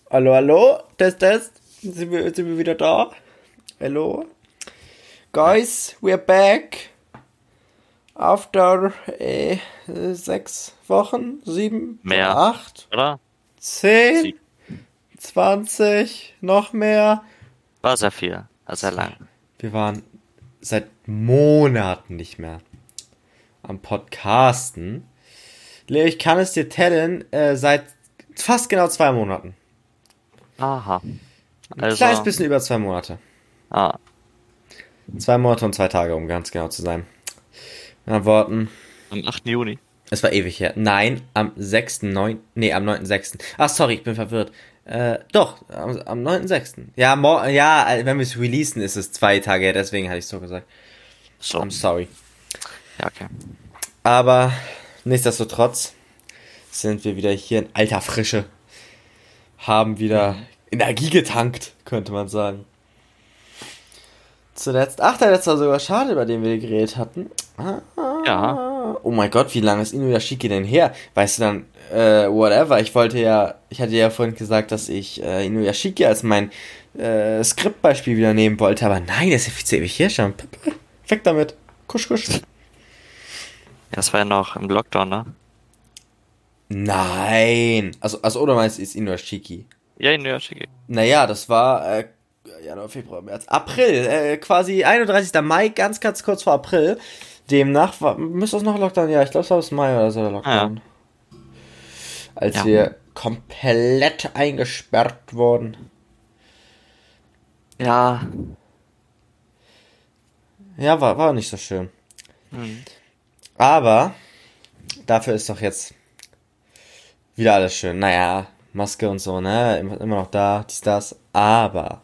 Hallo, hallo, Test. Sind wir wieder da? Hallo? Guys, we're back. After 6 Wochen, 7, Mehr, 8, oder? 10, Sie 20, noch mehr. war sehr viel, war sehr lang. Wir waren seit Monaten nicht mehr am Podcasten. Leo, ich kann es dir tellen, seit fast genau 2 Monaten. Aha. Ein kleines Also, bisschen über 2 Monate. ah, 2 Monate und 2 Tage, um ganz genau zu sein. In anderen Worten, am 8. Juni. es war ewig her. Nein, am 6.9. Nee, am 9.6. Ach, sorry, ich bin verwirrt. Doch, am 9.6. Ja, wenn wir es releasen, ist es 2 Tage her, deswegen hatte ich so gesagt. So, I'm sorry. ja, okay. Aber nichtsdestotrotz sind wir wieder hier in alter Frische. Haben wieder Energie getankt, könnte man sagen. Zuletzt, der letzte war sogar schade, über den wir geredet hatten. Ja, Oh mein Gott, wie lange ist Inuyashiki denn her? Weißt du dann, whatever, ich hatte ja vorhin gesagt, dass ich Inuyashiki als mein Skriptbeispiel wieder nehmen wollte, aber nein, das ist ja viel zu ewig her schon. Weg damit. Kusch, kusch. das war ja noch im Lockdown, ne? Nein. Also oder meinst du, ist Inuyashiki? Ja, in New York City. Naja, das war Januar, Februar, März, April, quasi 31. Mai, ganz kurz vor April. Demnach müsste es noch Lockdown, ja, ich glaube es war bis Mai oder so der Ah, Lockdown. Als ja. wir komplett eingesperrt wurden. Ja, Ja, war nicht so schön. hm. Aber dafür ist doch jetzt wieder alles schön. Naja, Maske und so, ne? Immer noch da, dies, das. Aber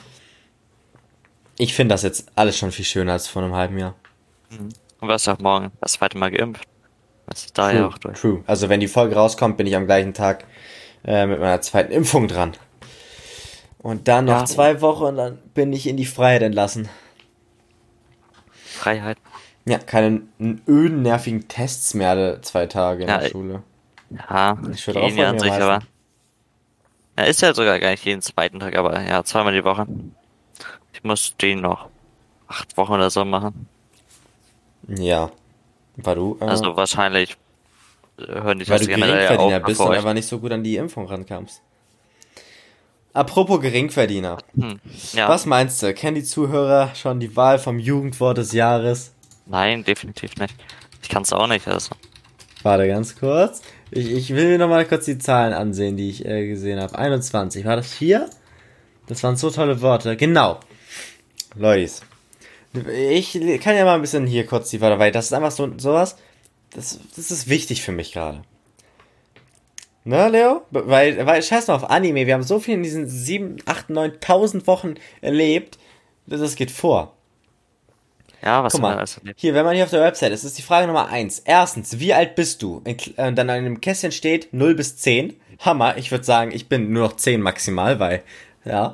ich finde das jetzt alles schon viel schöner als vor einem halben Jahr. Und wirst auch morgen das zweite Mal geimpft. Das ist da ja True, auch durch. true. Also wenn die Folge rauskommt, bin ich am gleichen Tag mit meiner zweiten Impfung dran. Und dann noch Ja, 2 Wochen und dann bin ich in die Freiheit entlassen. Freiheit. Ja, keine öden, nervigen Tests mehr alle 2 Tage in Ja, der Schule. ja, Ich würde auch gehen ja von an mir sich, aber. meisten. Ja, ist ja sogar gar nicht jeden zweiten Tag, aber ja, zweimal die Woche. Ich muss den noch 8 Wochen oder so machen. Ja, weil du, Also wahrscheinlich hören die weil Tests du generell ja auf Geringverdiener bist für und euch. einfach nicht so gut an die Impfung rankamst. Apropos Geringverdiener. Ja, Was meinst du? Kennen die Zuhörer schon die Wahl vom Jugendwort des Jahres? nein, definitiv nicht. Ich kann es auch nicht, also. Warte ganz kurz. Ich will mir nochmal kurz die Zahlen ansehen, die ich gesehen habe. 21. War das 4? Das waren so tolle Worte. Genau. Leute. Ich kann ja mal ein bisschen hier kurz die Wörter, weil das ist einfach so sowas. Das ist wichtig für mich gerade. Ne, Leo? Weil scheiß mal auf Anime. Wir haben so viel in diesen 7, 8, 9.000 Wochen erlebt. Das geht vor. Ja, was Guck haben wir mal, alles erlebt? hier, wenn man hier auf der Website ist, ist die Frage Nummer 1. Erstens, wie alt bist du? Dann an einem Kästchen steht 0 bis 10. Hammer, ich würde sagen, ich bin nur noch 10 maximal, weil, ja.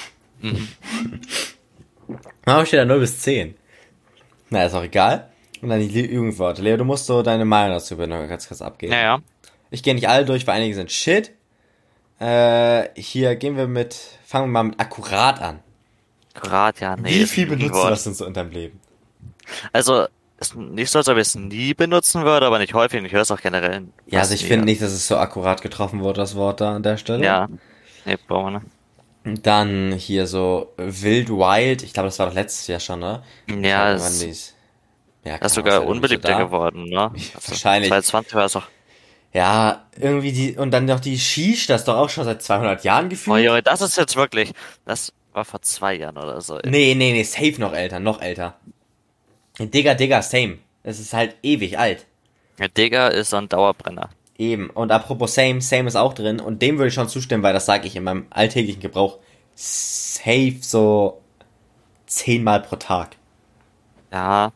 Warum steht da 0 bis 10? Na, ist auch egal. Und dann die Jugendworte. Leo, du musst so deine Meinung dazu ganz kurz abgeben. Naja, Ich gehe nicht alle durch, weil einige sind shit. Hier fangen wir mal mit akkurat an. akkurat, ja, nee, Wie ist ein viel benutzt du Jugendwort. das denn so in deinem Leben? Also, ist nicht so, als ob ich es nie benutzen würde, aber nicht häufig und ich höre es auch generell Ja, also fast ich nie. finde nicht, dass es so akkurat getroffen wurde, das Wort da an der Stelle. Ja, nee, brauchen wir nicht. Dann hier so Wild Wild, ich glaube, das war doch letztes Jahr schon, ne? Ich Ja, weiß nicht, wann es dies. Ja, ist keine Ahnung, ist sogar ja noch nicht so unbeliebter da. geworden, ne? Also, Wahrscheinlich. 2020 war es auch. Ja, irgendwie und dann noch die Sheesh, das ist doch auch schon seit 200 Jahren Oh gefühlt. Junge, das ist jetzt wirklich, das war vor 2 Jahren oder so. Nee, safe noch älter, noch älter. Digga, same. Es ist halt ewig alt. Ja, Digga ist so ein Dauerbrenner. Eben. Und apropos same ist auch drin. Und dem würde ich schon zustimmen, weil das sage ich in meinem alltäglichen Gebrauch safe so 10 Mal pro Tag. Ja,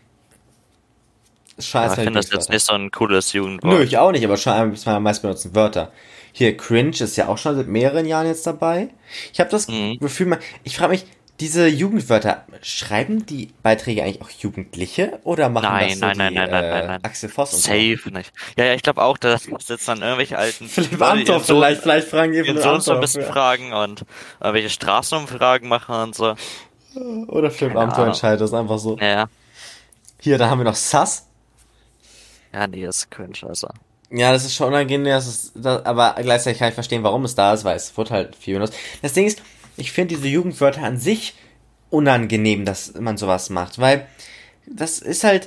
Scheiß aber ich meine finde das jetzt Lieblingswörter. nicht so ein cooles Nö, Jugendwort. ich auch nicht, aber schon eines meiner meist benutzten Wörter. Hier, Cringe ist ja auch schon seit mehreren Jahren jetzt dabei. Ich habe das Mhm. Gefühl, ich frage mich, Diese Jugendwörter, schreiben die Beiträge eigentlich auch Jugendliche oder machen Nein, das so nein, die nein, nein, nein, nein, nein. Axel Voss und so? Safe nicht. Ja, ja, ich glaube auch, da sitzen dann irgendwelche alten Philipp Leute, Amthor vielleicht fragen die ihren Philipp Sohn so ein Amthor bisschen für. fragen und welche Straßenumfragen machen und so. Oder Philipp Keine Amthor Ahnung. entscheidet das einfach so. Ja, ja. Hier, da haben wir noch Sass. Ja, nee, das ist cringe, also. Ja, das ist schon unangenehm, aber gleichzeitig kann ich verstehen, warum es da ist, weil es wird halt viel benutzt. Das Ding ist, ich finde diese Jugendwörter an sich unangenehm, dass man sowas macht, weil das ist halt,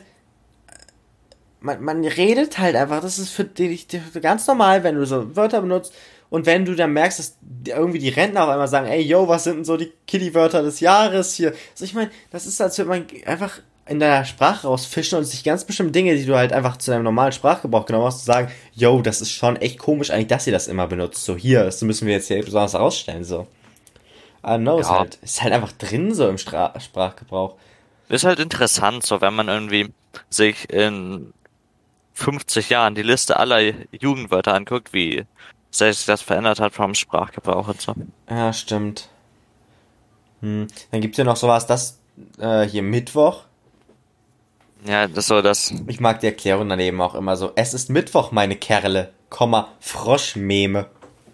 man redet halt einfach, das ist für dich ganz normal, wenn du so Wörter benutzt und wenn du dann merkst, dass irgendwie die Rentner auf einmal sagen, ey, yo, was sind denn so die Kiddie-Wörter des Jahres hier? Also ich meine, das ist, als würde man einfach in deiner Sprache rausfischen und sich ganz bestimmte Dinge, die du halt einfach zu deinem normalen Sprachgebrauch genommen hast, zu sagen, yo, das ist schon echt komisch eigentlich, dass ihr das immer benutzt. So, hier, das müssen wir jetzt hier besonders herausstellen, so. I don't know, Ja, ist halt einfach drin so im Sprachgebrauch. ist halt interessant, so wenn man irgendwie sich in 50 Jahren die Liste aller Jugendwörter anguckt, wie sehr sich das verändert hat vom Sprachgebrauch und so. Ja, stimmt. Dann gibt's ja noch sowas, hier Mittwoch. Ja, das ist so das. Ich mag die Erklärung daneben auch immer so. Es ist Mittwoch, meine Kerle, Froschmeme.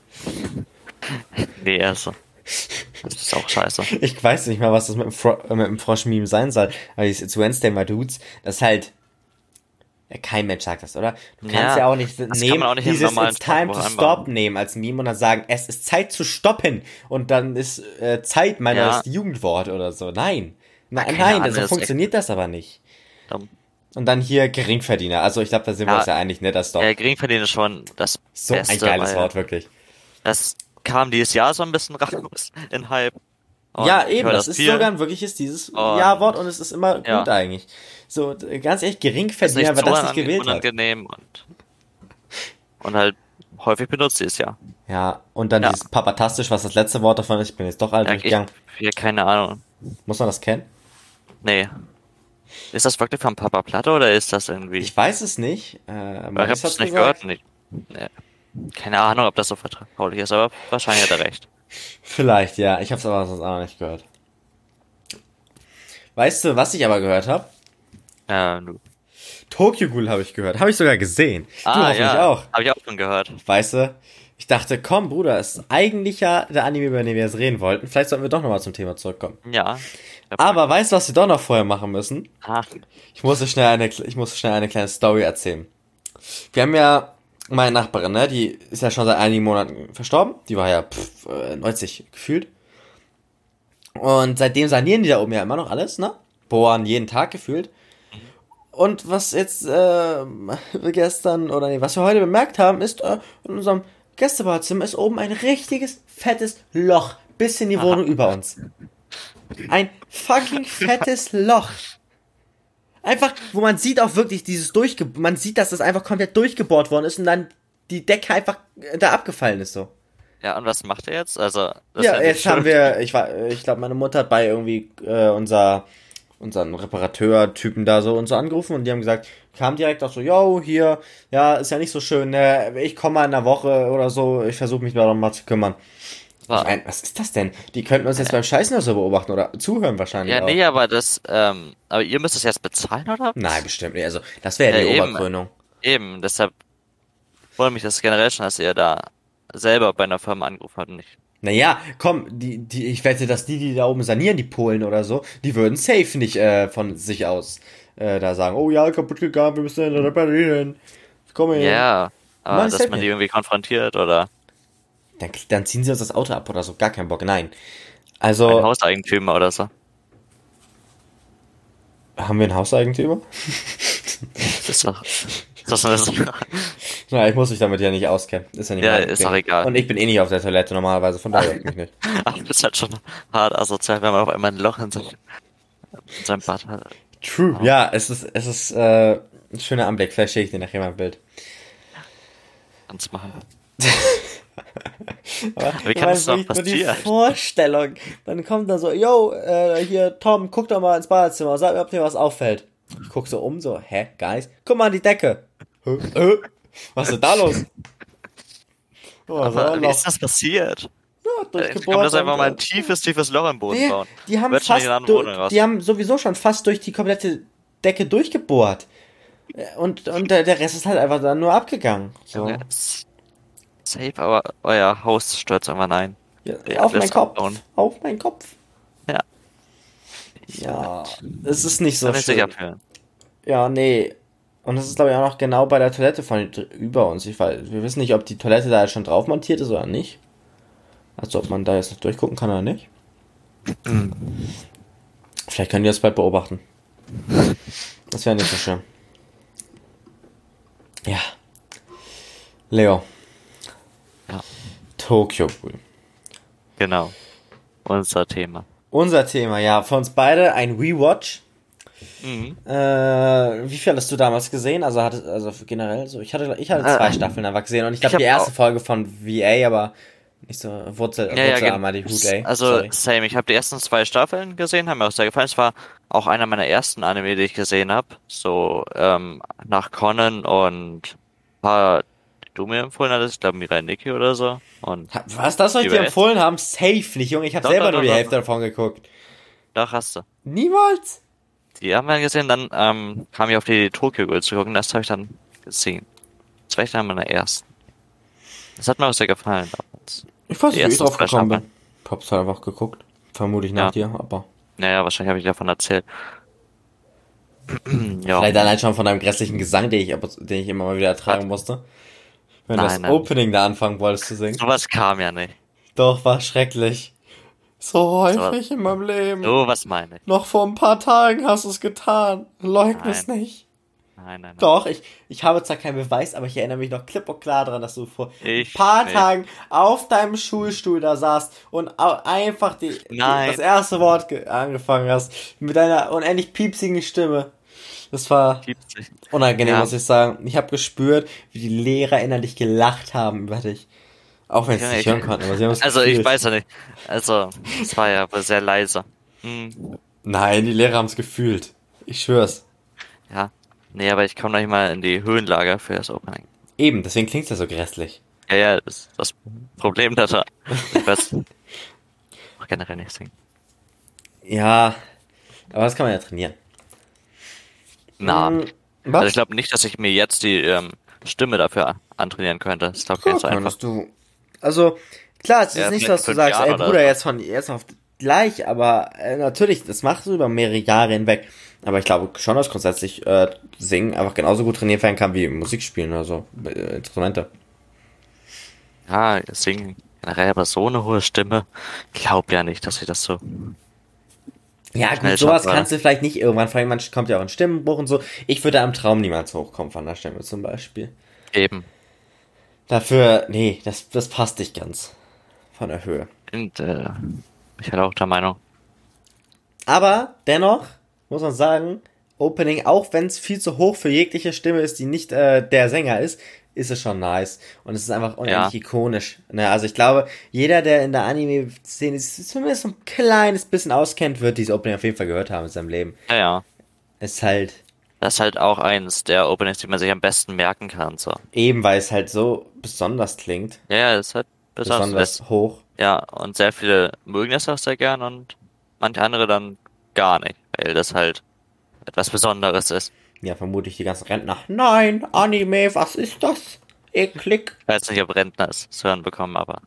Nee, also. Das ist auch scheiße. Ich weiß nicht mal, was das mit dem Froschmeme sein soll. Aber dieses It's Wednesday, my dudes, das ist halt, ja, kein Mensch sagt das, oder? Du kannst ja Ja, auch nicht das kann man auch nicht im dieses normalen It's time to Sprachgebrauch stop einbauen. nehmen als Meme und dann sagen, es ist Zeit zu stoppen. Und dann ist Zeit mein neues Ja, Jugendwort oder so. Nein. Nein, keine nein, Ahnung, so das ist echt funktioniert das aber nicht. dumm. Und dann hier Geringverdiener. Also ich glaube, da sind wir uns Ja, ja einig, ne? Das ist doch Geringverdiener ist schon das so ein Beste, geiles weil Wort, wirklich. das kam dieses Jahr so ein bisschen raus in Hype. Und Ja, ich eben, höre das das ist sogar viel. ein wirkliches dieses Ja-Wort Und und es ist immer gut ja, eigentlich. So, ganz ehrlich, ist Geringverdiener, nicht wer so das nicht gewählt hat. unangenehm und halt häufig benutzt dieses Jahr. Ja, und dann Ja, dieses Papatastisch, was das letzte Wort davon ist. Ich bin jetzt doch alt ja, ich, durchgegangen. ja, keine Ahnung. Muss man das kennen? Nee. Ist das wirklich von Papa Platte oder ist das irgendwie? Ich weiß es nicht. Weil ich Maurice hab's hat's nicht gehört. gesagt. Nee. Nee. Keine Ahnung, ob das so vertraulich ist, aber wahrscheinlich hat er recht. Vielleicht, ja. Ich hab's aber sonst auch noch nicht gehört. Weißt du, was ich aber gehört habe? Du. Tokyo Ghoul habe ich gehört. Habe ich sogar gesehen. Du Ah, hoffentlich ja. auch. Habe ich auch schon gehört. Weißt du? Ich dachte, komm, Bruder, es ist eigentlich ja der Anime, über den wir jetzt reden wollten. Vielleicht sollten wir doch nochmal zum Thema zurückkommen. Ja. Aber weißt du, was wir doch noch vorher machen müssen? Ah, Ich muss schnell eine kleine Story erzählen. Wir haben ja meine Nachbarin, ne? Die ist ja schon seit einigen Monaten verstorben. Die war ja 90 gefühlt. Und seitdem sanieren die da oben ja immer noch alles, ne? Bohren jeden Tag gefühlt. Und was jetzt gestern oder nee, was wir heute bemerkt haben, ist in unserem Gästebadzimmer ist oben ein richtiges fettes Loch bis in die Wohnung über uns. Ein fucking fettes Loch. Einfach, wo man sieht auch wirklich man sieht, dass das einfach komplett durchgebohrt worden ist und dann die Decke einfach da abgefallen ist so. ja, und was macht er jetzt? Also, das ist Ja, ja nicht jetzt haben schön. wir, ich glaube, meine Mutter hat bei irgendwie unseren Reparateur-Typen da so und so angerufen und die haben gesagt, kam direkt auch so, yo, hier, ja, ist ja nicht so schön, ne? Ich komme mal in einer Woche oder so, ich versuche mich darum mal zu kümmern. Ich War, meine, was ist das denn? Die könnten uns jetzt beim Scheißen oder so beobachten oder zuhören wahrscheinlich ja, auch. nee, aber aber ihr müsst es jetzt bezahlen, oder Nein, was? bestimmt nicht. Also, das wäre ja Ja, die eben, Oberkrönung. eben. Deshalb wundert mich das generell schon, dass ihr da selber bei einer Firma angerufen habt und nicht. Naja, komm, ich wette, dass die da oben sanieren, die Polen oder so, die würden safe nicht von sich aus da sagen, oh ja, kaputt gegangen, wir müssen reparieren. Komm her. Ja, aber Mann, dass safe man die nicht. irgendwie konfrontiert oder Dann ziehen sie uns das Auto ab oder so, gar keinen Bock, nein. ein Also, Hauseigentümer oder so. haben wir einen Hauseigentümer? Das ist doch, das ist so, Na, ich muss mich damit ja nicht auskennen. Ist ja nicht ja, mein ist Ding. doch egal. Und ich bin eh nicht auf der Toilette normalerweise, von daher juckt mich nicht. Aber das ist halt schon hart asozial, wenn man auf einmal ein Loch in seinem Bad hat. True, Oh, ja, es ist ein schöner Anblick. Vielleicht schicke ich dir nachher mal ein Bild. kannst machen. Aber Wie ich kann meine, das doch wirklich nur die passieren? Vorstellung. Dann kommt da so, yo, hier, Tom, guck doch mal ins Badezimmer, sag mir, ob dir was auffällt. Ich guck so so, hä, Guys? Guck mal an die Decke. Was ist denn da los? Oh, so Aber ein wie Loch. ist das passiert? Ja, durchgebohrt. Ich kann das einfach und, mal ein tiefes Loch im Boden bauen. Die haben Wird schon fast, nicht in eine Wohnung raus. die haben sowieso schon fast durch die komplette Decke durchgebohrt. Und der Rest ist halt einfach dann nur abgegangen. So. Junge, safe, aber euer Haus stürzt irgendwann ein. Ja, Ja, auf meinen alles Kopf. abbauen. Auf meinen Kopf. Ja. Ja, es ist nicht so Soll ich sich schön. abfühlen? Ja, nee. Und das ist, glaube ich, auch noch genau bei der Toilette von über uns. Wir wissen nicht, ob die Toilette da jetzt schon drauf montiert ist oder nicht. Also, ob man da jetzt noch durchgucken kann oder nicht. Vielleicht können die das bald beobachten. Das wäre nicht so schön. Ja. Leo. Ja. Tokyo Ghoul. Genau. Unser Thema. Unser Thema, ja. Für uns beide ein Rewatch. Mhm. Wie viel hattest du damals gesehen? Also generell so. Ich hatte 2 Staffeln einfach gesehen und ich glaube die erste Folge von VA, aber nicht so Wurzel einmal die Hut, ey. Also, Sorry. same. Ich habe die ersten 2 Staffeln gesehen, haben mir auch sehr gefallen. Es war auch einer meiner ersten Anime, die ich gesehen habe. So, nach Conan und ein paar, die du mir empfohlen hattest. Ich glaube, Mirai Nikki oder so. Und Was, das soll ich dir VA. empfohlen haben? Safe nicht, Junge. Ich habe Doch, selber doch, nur die doch, Hälfte doch. davon geguckt. Doch, hast du. Niemals? Die haben wir gesehen, dann kam ich auf die Tokyo Ghoul zu gucken. Das habe ich dann gesehen. Das war echt einer meiner ersten. Das hat mir auch sehr gefallen damals. Ich weiß Die nicht, wie ich ersten drauf 2 gekommen bin. Staffeln. Ich hab's halt einfach geguckt. Vermutlich nach dir, aber. Naja, wahrscheinlich habe ich davon erzählt. Ja. Vielleicht allein schon von deinem grässlichen Gesang, den ich immer mal wieder ertragen musste. Wenn du das Nein. Opening da anfangen wolltest zu singen. Sowas kam ja nicht. Doch, war schrecklich. So häufig in meinem Leben. So was meine ich. Noch vor ein paar Tagen hast du es getan. Leugne es Nein. nicht. Nein. Doch, ich habe zwar keinen Beweis, aber ich erinnere mich noch klipp und klar daran, dass du vor ein Ich paar nicht. Tagen auf deinem Schulstuhl da saßt und einfach Nein. das erste Wort angefangen hast mit deiner unendlich piepsigen Stimme. Das war Gibt's nicht. unangenehm, Ja. muss ich sagen. Ich habe gespürt, wie die Lehrer innerlich gelacht haben über dich. Auch wenn sie es Ja, nicht hören konnten, aber sie haben es Also, ich gefühlt. weiß ja nicht. Also, es war ja aber sehr leise. Nein, die Lehrer haben es gefühlt. Ich schwör's. Ja. Nee, aber ich komme noch nicht mal in die Höhenlage für das Opening. Eben, deswegen klingt's ja so grässlich. Ja, das ist das Problem da. Ich weiß auch generell nicht singen. Ja, aber das kann man ja trainieren. Na, Hm, also Was? ich glaube nicht, dass ich mir jetzt die Stimme dafür antrainieren könnte. Das glaube ich nicht so einfach. Könntest du. Also, klar, es ist Ja, nicht so, vielleicht dass du 5 sagst, ey Jahren oder Bruder, so. jetzt von jetzt auf gleich, aber natürlich, das machst du über mehrere Jahre hinweg. Aber ich glaube schon, dass grundsätzlich Singen einfach genauso gut trainiert werden kann wie Musik spielen oder so. Instrumente. Ja, singen generell, aber so eine hohe Stimme, glaub ja nicht, dass ich das so. Ja, Schnell gut, sowas schaffen, kannst du vielleicht nicht irgendwann, vor allem man kommt ja auch in Stimmenbruch und so. Ich würde am Traum niemals hochkommen von der Stimme zum Beispiel. Eben. Dafür, nee, das passt nicht ganz. Von der Höhe. Und ich bin auch der Meinung. Aber dennoch muss man sagen, Opening, auch wenn es viel zu hoch für jegliche Stimme ist, die nicht der Sänger ist es schon nice. Und es ist einfach unendlich ikonisch. Ne, also ich glaube, jeder, der in der Anime-Szene zumindest so ein kleines bisschen auskennt, wird dieses Opening auf jeden Fall gehört haben in seinem Leben. Ja. Es ist halt Das ist halt auch eins der Openings, die man sich am besten merken kann. So. eben, weil es halt so besonders klingt. Ja, das ist halt besonders. Hoch. Ja, und sehr viele mögen das auch sehr gern und manche andere dann gar nicht, weil das halt etwas Besonderes ist. Ja, vermutlich die ganzen Rentner. Nein, Anime, was ist das? Eklig. Ich weiß nicht, ob Rentner es zu hören bekommen, aber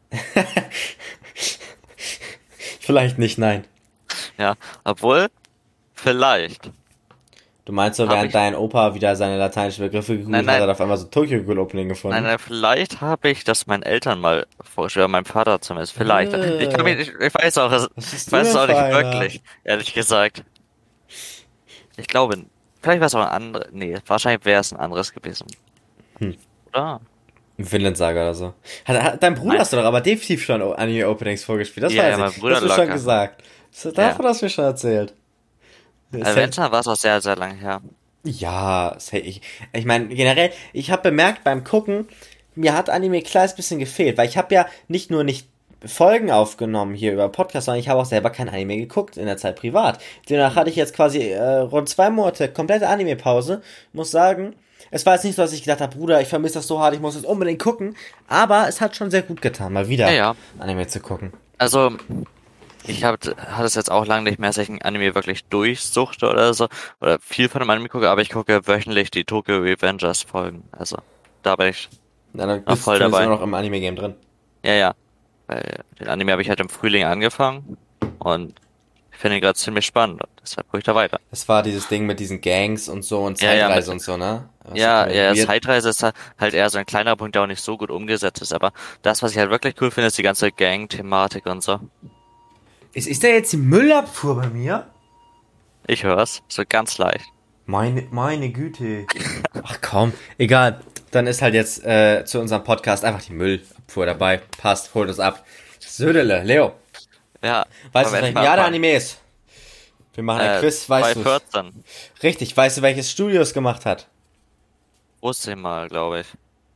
Vielleicht nicht, nein. ja, obwohl, vielleicht. Du meinst so, Hab während ich- dein Opa wieder seine lateinischen Begriffe gegoogelt Nein, hat, nein. hat er auf einmal so Tokyo Ghoul Opening gefunden. Nein, vielleicht habe ich das meinen Eltern mal vorgestellt, meinem Vater zumindest, vielleicht. Ich weiß auch, Was ist ich weiß es du auch denn nicht für einer? wirklich, ehrlich gesagt. Ich glaube, vielleicht war es auch ein anderes, nee, wahrscheinlich wäre es ein anderes gewesen. Oder? Ein Vinland Saga oder so. Dein Bruder Nein. hast du doch aber definitiv schon Anime Openings vorgespielt. Das Ja, weiß ja, ich. mein Bruder Das hast du schon locker. gesagt. Davon hast du mir schon erzählt. Also wenn war es auch sehr, sehr lang her. Ja, ich meine, generell, ich habe bemerkt beim Gucken, mir hat Anime ein kleines bisschen gefehlt, weil ich habe ja nicht nur nicht Folgen aufgenommen hier über Podcast, sondern ich habe auch selber kein Anime geguckt in der Zeit privat. Demnach hatte ich jetzt quasi rund 2 Monate komplette Anime-Pause. Muss sagen, es war jetzt nicht so, dass ich gedacht habe, Bruder, ich vermisse das so hart, ich muss es unbedingt gucken, aber es hat schon sehr gut getan, mal wieder Ja. Anime zu gucken. Also, hatte es jetzt auch lange nicht mehr, dass ich ein Anime wirklich durchsuchte oder so, oder viel von dem Anime gucke, aber ich gucke wöchentlich die Tokyo Revengers Folgen. Also, da bin ich Na, dann noch bist du voll zumindest immer dabei. noch im Anime-Game drin. Ja, ja. Weil den Anime habe ich halt im Frühling angefangen und ich finde ihn gerade ziemlich spannend und deshalb gucke ich da weiter. Es war dieses Ding mit diesen Gangs und so und Ja, ja, Zeitreise und so, ne? Was so ja, komplett ja, weird. Zeitreise ist halt eher so ein kleiner Punkt, der auch nicht so gut umgesetzt ist, aber das, was ich halt wirklich cool finde, ist die ganze Gang-Thematik und so. Ist da jetzt die Müllabfuhr bei mir? Ich hör's, so ganz leicht. Meine Güte. Ach komm, egal. Dann ist halt jetzt zu unserem Podcast einfach die Müllabfuhr dabei. Passt, holt es ab. Södele, Leo. Ja, Weißt aber du, wenn ich welches mal Jahr der anfangen. Anime ist? Wir machen ein Quiz, weißt du's? 2014. Richtig, weißt du, welches Studio es gemacht hat? Wusste ich mal, glaube ich.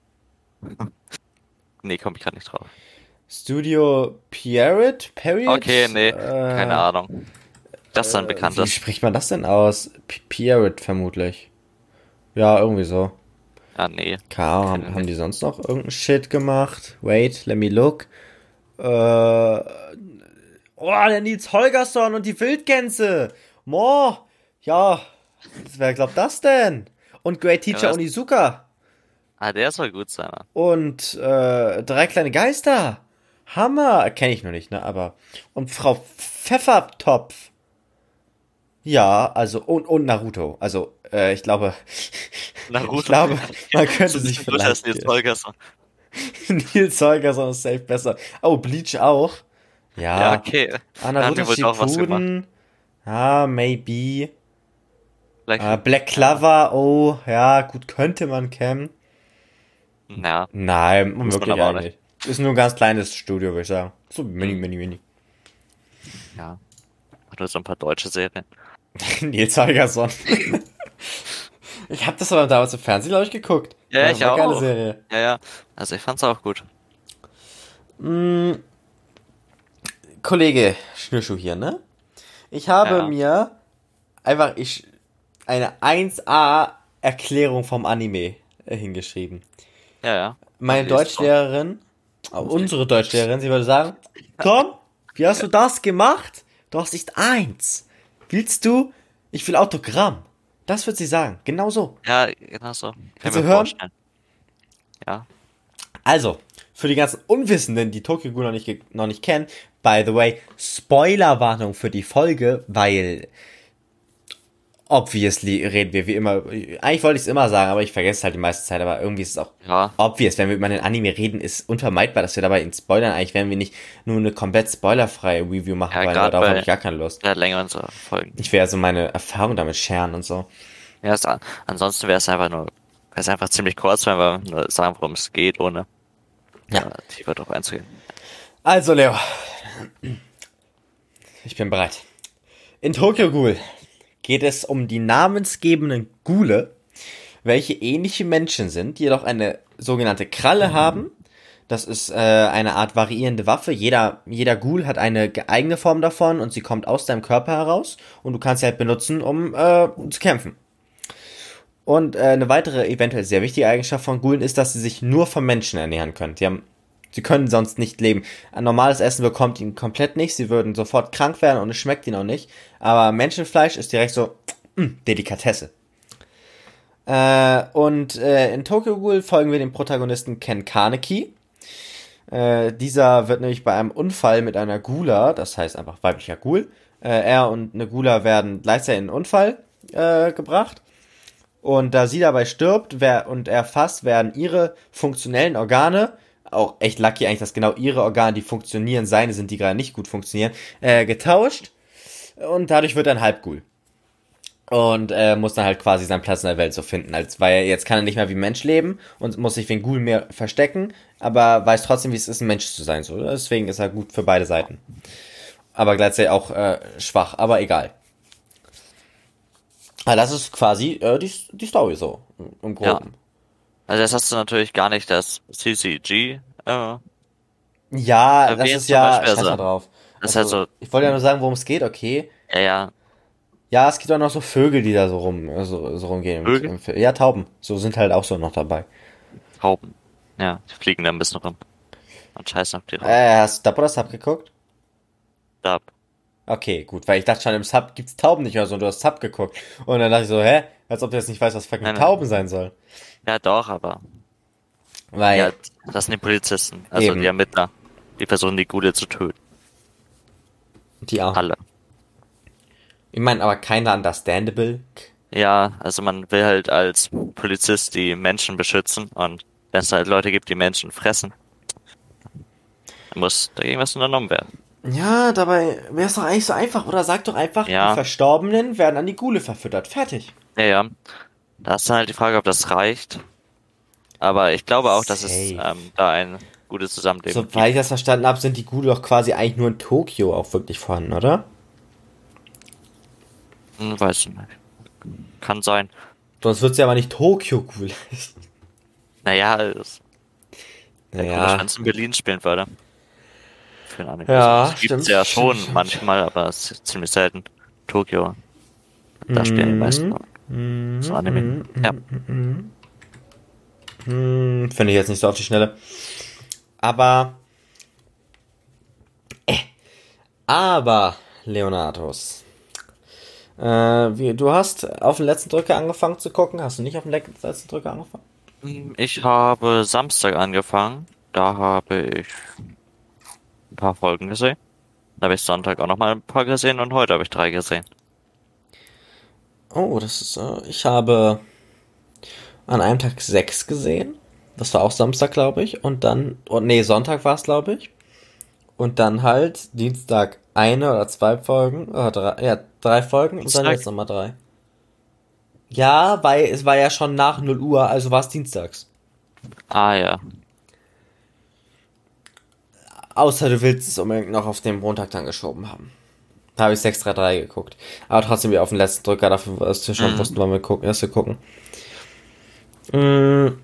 Nee, komme ich gerade nicht drauf. Studio Pierrot? Okay, Period? nee, keine Ahnung. Das ist ein Wie bekanntes. spricht man das denn aus? Pierrot vermutlich. Ja, irgendwie so. Ja, nee, Keine Ahnung, kenne ich haben die nicht. sonst noch irgendeinen Shit gemacht? Wait, let me look. Äh, oh, der Nils Holgersson und die Wildgänse. Mo, ja, wer glaubt das denn? Und Great Ja, Teacher Onizuka. der soll gut sein, Mann. Und drei kleine Geister. Hammer. Kenne ich noch nicht, ne? Aber. Und Frau Pfeffertopf. Ja, also. Und Naruto. Also, ich glaube. Ich Naruto. glaube, man könnte So ein sich bisschen besser als vielleicht. Nils Holgersson. Nils Holgersson ist safe besser. Oh, Bleach auch. Ja, Ja. okay. Da haben Naruto die wohl doch was gemacht. Shippuden. Ah, maybe. Vielleicht, Black ja. Clover. Oh, ja, gut, könnte man kennen. Ja, Nein, muss man unmöglich aber auch nicht. eigentlich. Ist nur ein ganz kleines Studio, würde ich sagen. So Hm, mini. ja. Oder so ein paar deutsche Serien. Nils Holgersson. Ich habe das aber damals im Fernsehen, glaube ich, geguckt. Ja, ich War eine geile auch. Serie. Ja, ja. Also ich fand's auch gut. Kollege Schnürschuh hier, ne? Ich habe Ja, mir einfach eine 1A Erklärung vom Anime hingeschrieben. ja, ja. Dann Meine liest vor. Deutschlehrerin, unsere Deutschlehrerin, sie würde sagen, Tom, wie hast du das gemacht? Du hast nicht eins. Willst du? Ich will Autogramm. Das wird sie sagen. Genau so. Ja, genau so. Kann Willst ich du mir hören? vorstellen. Ja. Also, für die ganzen Unwissenden, die Tokyo Ghoul noch nicht kennen, by the way, Spoilerwarnung für die Folge, weil obviously reden wir wie immer, eigentlich wollte ich es immer sagen, aber ich vergesse es halt die meiste Zeit, aber irgendwie ist es auch Ja, obvious, wenn wir über einen Anime reden, ist unvermeidbar, dass wir dabei ihn spoilern. Eigentlich werden wir nicht nur eine komplett spoilerfreie Review machen ja, wollen, aber gerade darauf habe bei ich gar keine Lust. der Länge unserer Folgen. Ich werde so meine Erfahrung damit scheren und so. Ja, ansonsten wäre wäre es einfach ziemlich kurz, wenn wir nur sagen, worum es geht, ohne Ja. tiefer drauf einzugehen. Also, Leo, ich bin bereit. In Tokyo Ghoul geht es um die namensgebenden Ghule, welche ähnliche Menschen sind, jedoch eine sogenannte Kralle haben. Das ist eine Art variierende Waffe. Jeder Ghoul hat eine eigene Form davon und sie kommt aus deinem Körper heraus und du kannst sie halt benutzen, um zu kämpfen. Und eine weitere, eventuell sehr wichtige Eigenschaft von Ghoulen ist, dass sie sich nur von Menschen ernähren können. Sie können sonst nicht leben. Ein normales Essen bekommt ihnen komplett nicht. Sie würden sofort krank werden und es schmeckt ihnen auch nicht. Aber Menschenfleisch ist direkt so Delikatesse. In Tokyo Ghoul folgen wir dem Protagonisten Ken Kaneki. Dieser wird nämlich bei einem Unfall mit einer Ghula, das heißt einfach weiblicher Ghoul, er und eine Ghula werden gleichzeitig in einen Unfall gebracht. Und da sie dabei stirbt und er fasst, werden ihre funktionellen Organe, auch echt lucky eigentlich, dass genau ihre Organe, die funktionieren, seine sind, die gerade nicht gut funktionieren, getauscht. Und dadurch wird er ein Halbghoul. Und muss dann halt quasi seinen Platz in der Welt so finden. Weil jetzt kann er nicht mehr wie ein Mensch leben und muss sich wie ein Ghoul mehr verstecken, aber weiß trotzdem, wie es ist, ein Mensch zu sein. So. Deswegen ist er gut für beide Seiten. Aber gleichzeitig auch schwach, aber egal. Aber das ist quasi die Story so, im Ja. Groben. Also jetzt hast du natürlich gar nicht das CCG Ja, das erwähnt ist zum ja, Beispiel. scheiß mal Also, drauf. das ist halt Also, so, ich wollte ja nur sagen, worum es geht, okay. ja, ja, Ja, es gibt auch noch so Vögel, die da so rumgehen. Vögel, Ja, Tauben. So sind halt auch so noch dabei. Tauben. Ja, die fliegen da ein bisschen rum und scheißen auf die drauf. Hast du Dabba das abgeguckt? Dub. Okay, gut, weil ich dachte schon, im Sub gibt's Tauben nicht mehr so und du hast Sub geguckt. Und dann dachte ich so, hä? Als ob du jetzt nicht weißt, was fucking Nein, nein. Tauben sein soll. Ja, doch, aber. Ja, Weil, das sind die Polizisten. Also die eben, Ermittler. Die versuchen, die Gule zu töten. die auch. Alle. Ich meine, aber keiner understandable. Ja, also man will halt als Polizist die Menschen beschützen und wenn es halt Leute gibt, die Menschen fressen, dann muss dagegen was unternommen werden. Ja, dabei wäre es doch eigentlich so einfach, oder? Sag doch einfach, die Ja, Verstorbenen werden an die Gule verfüttert. Fertig. ja, ja. Da ist dann halt die Frage, ob das reicht. Aber ich glaube auch, dass es Safe. da ein gutes Zusammenleben Soweit gibt. ich das verstanden habe, sind die Gule doch quasi eigentlich nur in Tokio auch wirklich vorhanden, oder? Weiß ich nicht. Kann sein. Sonst wird sie aber nicht Tokio-Gule. Naja, es wäre komisch, wenn Naja, es in Berlin spielen würde. Für ein Anime. Also, ja, es gibt's stimmt, ja stimmt, schon stimmt. manchmal, aber es ist ziemlich selten. Tokio, da spielen die meisten Mhm. Leute so Anime. Ja. Finde ich jetzt nicht so auf die Schnelle. Aber, aber, Leonatus. Du hast auf den letzten Drücker angefangen zu gucken. Hast du nicht auf den letzten Drücker angefangen? Ich habe Samstag angefangen. Da habe ich ein paar Folgen gesehen. Da habe ich Sonntag auch noch mal ein paar gesehen und heute habe ich 3 gesehen. Oh, das ist, ich habe an einem Tag 6 gesehen. Das war auch Samstag, glaube ich. Und dann, oh, nee, Sonntag war es, glaube ich. Und dann halt Dienstag eine oder zwei Folgen, oder drei, ja, 3 Folgen und dann Dienstag? jetzt nochmal 3. Ja, weil es war ja schon nach 0 Uhr, also war es dienstags. Ah ja. Außer du willst es unbedingt noch auf den Montag dann geschoben haben. Da habe ich 6:33 geguckt. Aber trotzdem wieder auf den letzten Drücker, dafür, dass wir schon Mhm. wussten, wann wir gucken, erst wir gucken. Mm,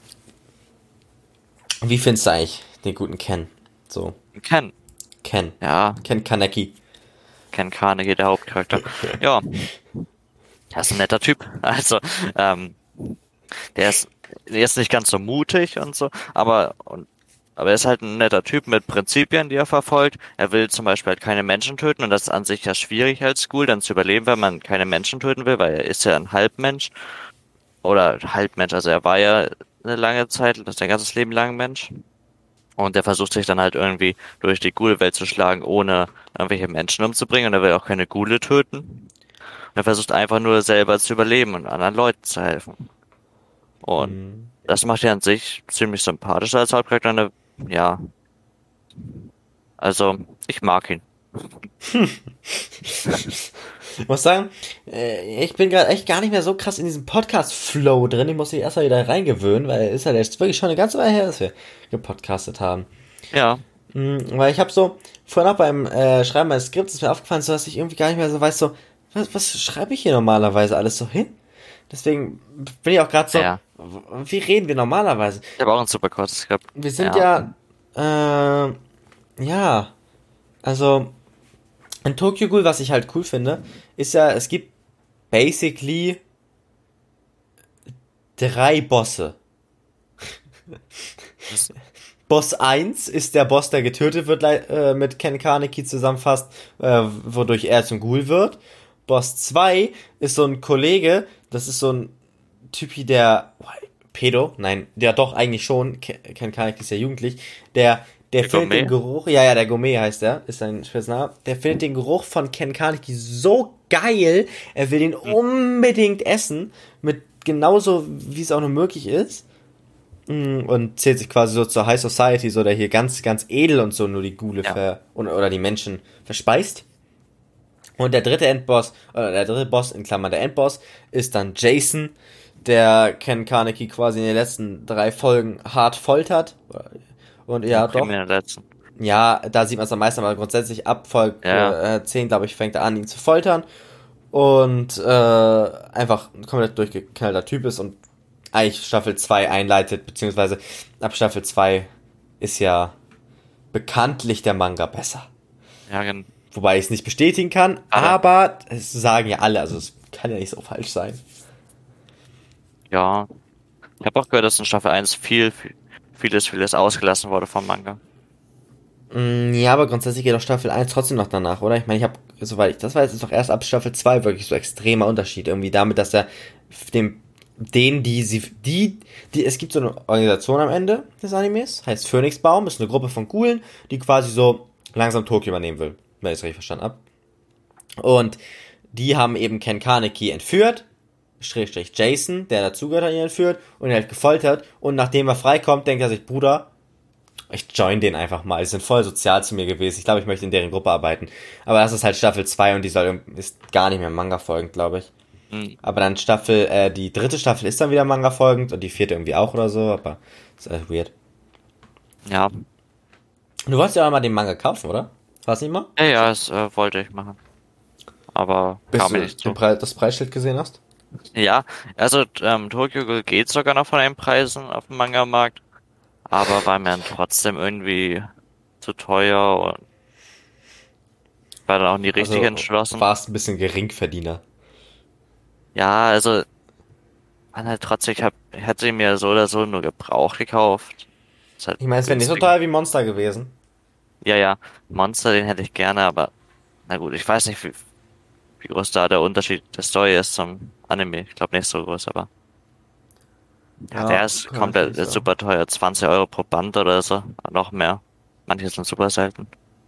wie findest du eigentlich den guten Ken? So, Ken. Ken. Ja, Ken Kaneki. Ken Carnegie, der Hauptcharakter. Ja, er ist ein netter Typ. Also, ähm, der ist nicht ganz so mutig und so, aber er ist halt ein netter Typ mit Prinzipien, die er verfolgt. Er will zum Beispiel halt keine Menschen töten und das ist an sich ja schwierig als School, dann zu überleben, wenn man keine Menschen töten will, weil er ist ja ein Halbmensch. Oder Halbmensch, also er war ja eine lange Zeit, das ist sein ganzes Leben lang ein Mensch. Und er versucht sich dann halt irgendwie durch die Ghoul-Welt zu schlagen, ohne irgendwelche Menschen umzubringen. Und er will auch keine Ghule töten. Und er versucht einfach nur selber zu überleben und anderen Leuten zu helfen. Und das macht er an sich ziemlich sympathisch als Hauptcharakter. Ja, also ich mag ihn. Ich muss sagen, ich bin gerade echt gar nicht mehr so krass in diesem Podcast-Flow drin. Ich muss mich erstmal wieder reingewöhnen, weil es ist halt jetzt wirklich schon eine ganze Weile her, dass wir gepodcastet haben. Ja, Weil ich habe so, vorhin auch beim Schreiben meines Skripts ist mir aufgefallen, so dass ich irgendwie gar nicht mehr so weiß, so, was schreibe ich hier normalerweise alles so hin? Deswegen bin ich auch gerade so, ja. wie reden wir normalerweise? Ich habe auch ein super kurzes Skript. Wir sind Ja, ja, ja, also in Tokyo Ghoul, was ich halt cool finde, ist ja, es gibt basically 3 Bosse. das, Boss eins ist der Boss, der getötet wird, mit Ken Kaneki zusammenfasst, wodurch er zum Ghoul wird. Boss 2 ist so ein Kollege, das ist so ein Typi, der Pedo, nein, der doch eigentlich schon, Ken Kaneki ist ja jugendlich, der der findet den Gourmet. Geruch, ja, der Gourmet heißt er, ist sein Spitzname, der findet den Geruch von Ken Kaneki so geil, er will den unbedingt essen, mit genauso, wie es auch nur möglich ist. Und zählt sich quasi so zur High Society, so der hier ganz, ganz edel und so nur die Ghule Ja, oder die Menschen verspeist. Und der dritte Endboss, oder der dritte Boss, in Klammern der Endboss, ist dann Jason, der Ken Kaneki quasi in den letzten 3 Folgen hart foltert. Und den ja, doch. primären letzten. Ja, da sieht man es am meisten, aber grundsätzlich ab Folge Ja, 10, glaube ich, fängt er an, ihn zu foltern. Und einfach ein komplett durchgeknallter Typ ist und eigentlich Staffel 2 einleitet, beziehungsweise ab Staffel 2 ist ja bekanntlich der Manga besser. ja, Wobei ich es nicht bestätigen kann, aber aber es sagen ja alle, also es kann ja nicht so falsch sein. ja. Ich habe auch gehört, dass in Staffel 1 vieles ausgelassen wurde vom Manga. Ja, aber grundsätzlich geht auch Staffel 1 trotzdem noch danach, oder? Ich meine, das war jetzt doch erst ab Staffel 2 wirklich so extremer Unterschied. Irgendwie damit, dass er dem, es gibt so eine Organisation am Ende des Animes, heißt Phoenixbaum, ist eine Gruppe von Ghoulen, die quasi so langsam Tokio übernehmen will, wenn ich es richtig verstanden habe. Und die haben eben Ken Kaneki entführt, Schrägstrich Jason, der dazugehört, hat ihn entführt und ihn halt gefoltert. Und nachdem er freikommt, denkt er sich, Bruder, ich join den einfach mal. Die sind voll sozial zu mir gewesen. Ich glaube, ich möchte in deren Gruppe arbeiten. Aber das ist halt Staffel 2 und ist gar nicht mehr Manga folgend, glaube ich. Hm, Aber dann die dritte Staffel ist dann wieder Manga folgend und die vierte irgendwie auch oder so, aber ist alles weird. ja. Du wolltest ja auch mal den Manga kaufen, oder? War's nicht mal? Ja, ja, das wollte ich machen. Aber Bis kam mir du nicht zu. das Preisschild gesehen hast? Ja, also Tokyo Ghoul geht sogar noch von den Preisen auf dem Manga-Markt, aber war mir dann trotzdem irgendwie zu teuer und war dann auch nie richtig Also entschlossen. warst ein bisschen Geringverdiener. Ja, also man halt trotzdem, ich hätte ihn mir so oder so nur gebraucht gekauft. Ist halt Ich meine, es wäre nicht so günstiger. teuer wie Monster gewesen. Ja, ja, Monster, den hätte ich gerne, aber na gut, ich weiß nicht, wie groß da der Unterschied der Story ist zum Anime. Ich glaube nicht so groß, aber ja, der Ja, ist kann natürlich komplett sein. super teuer, 20 Euro pro Band oder so, noch mehr. Manche sind super selten.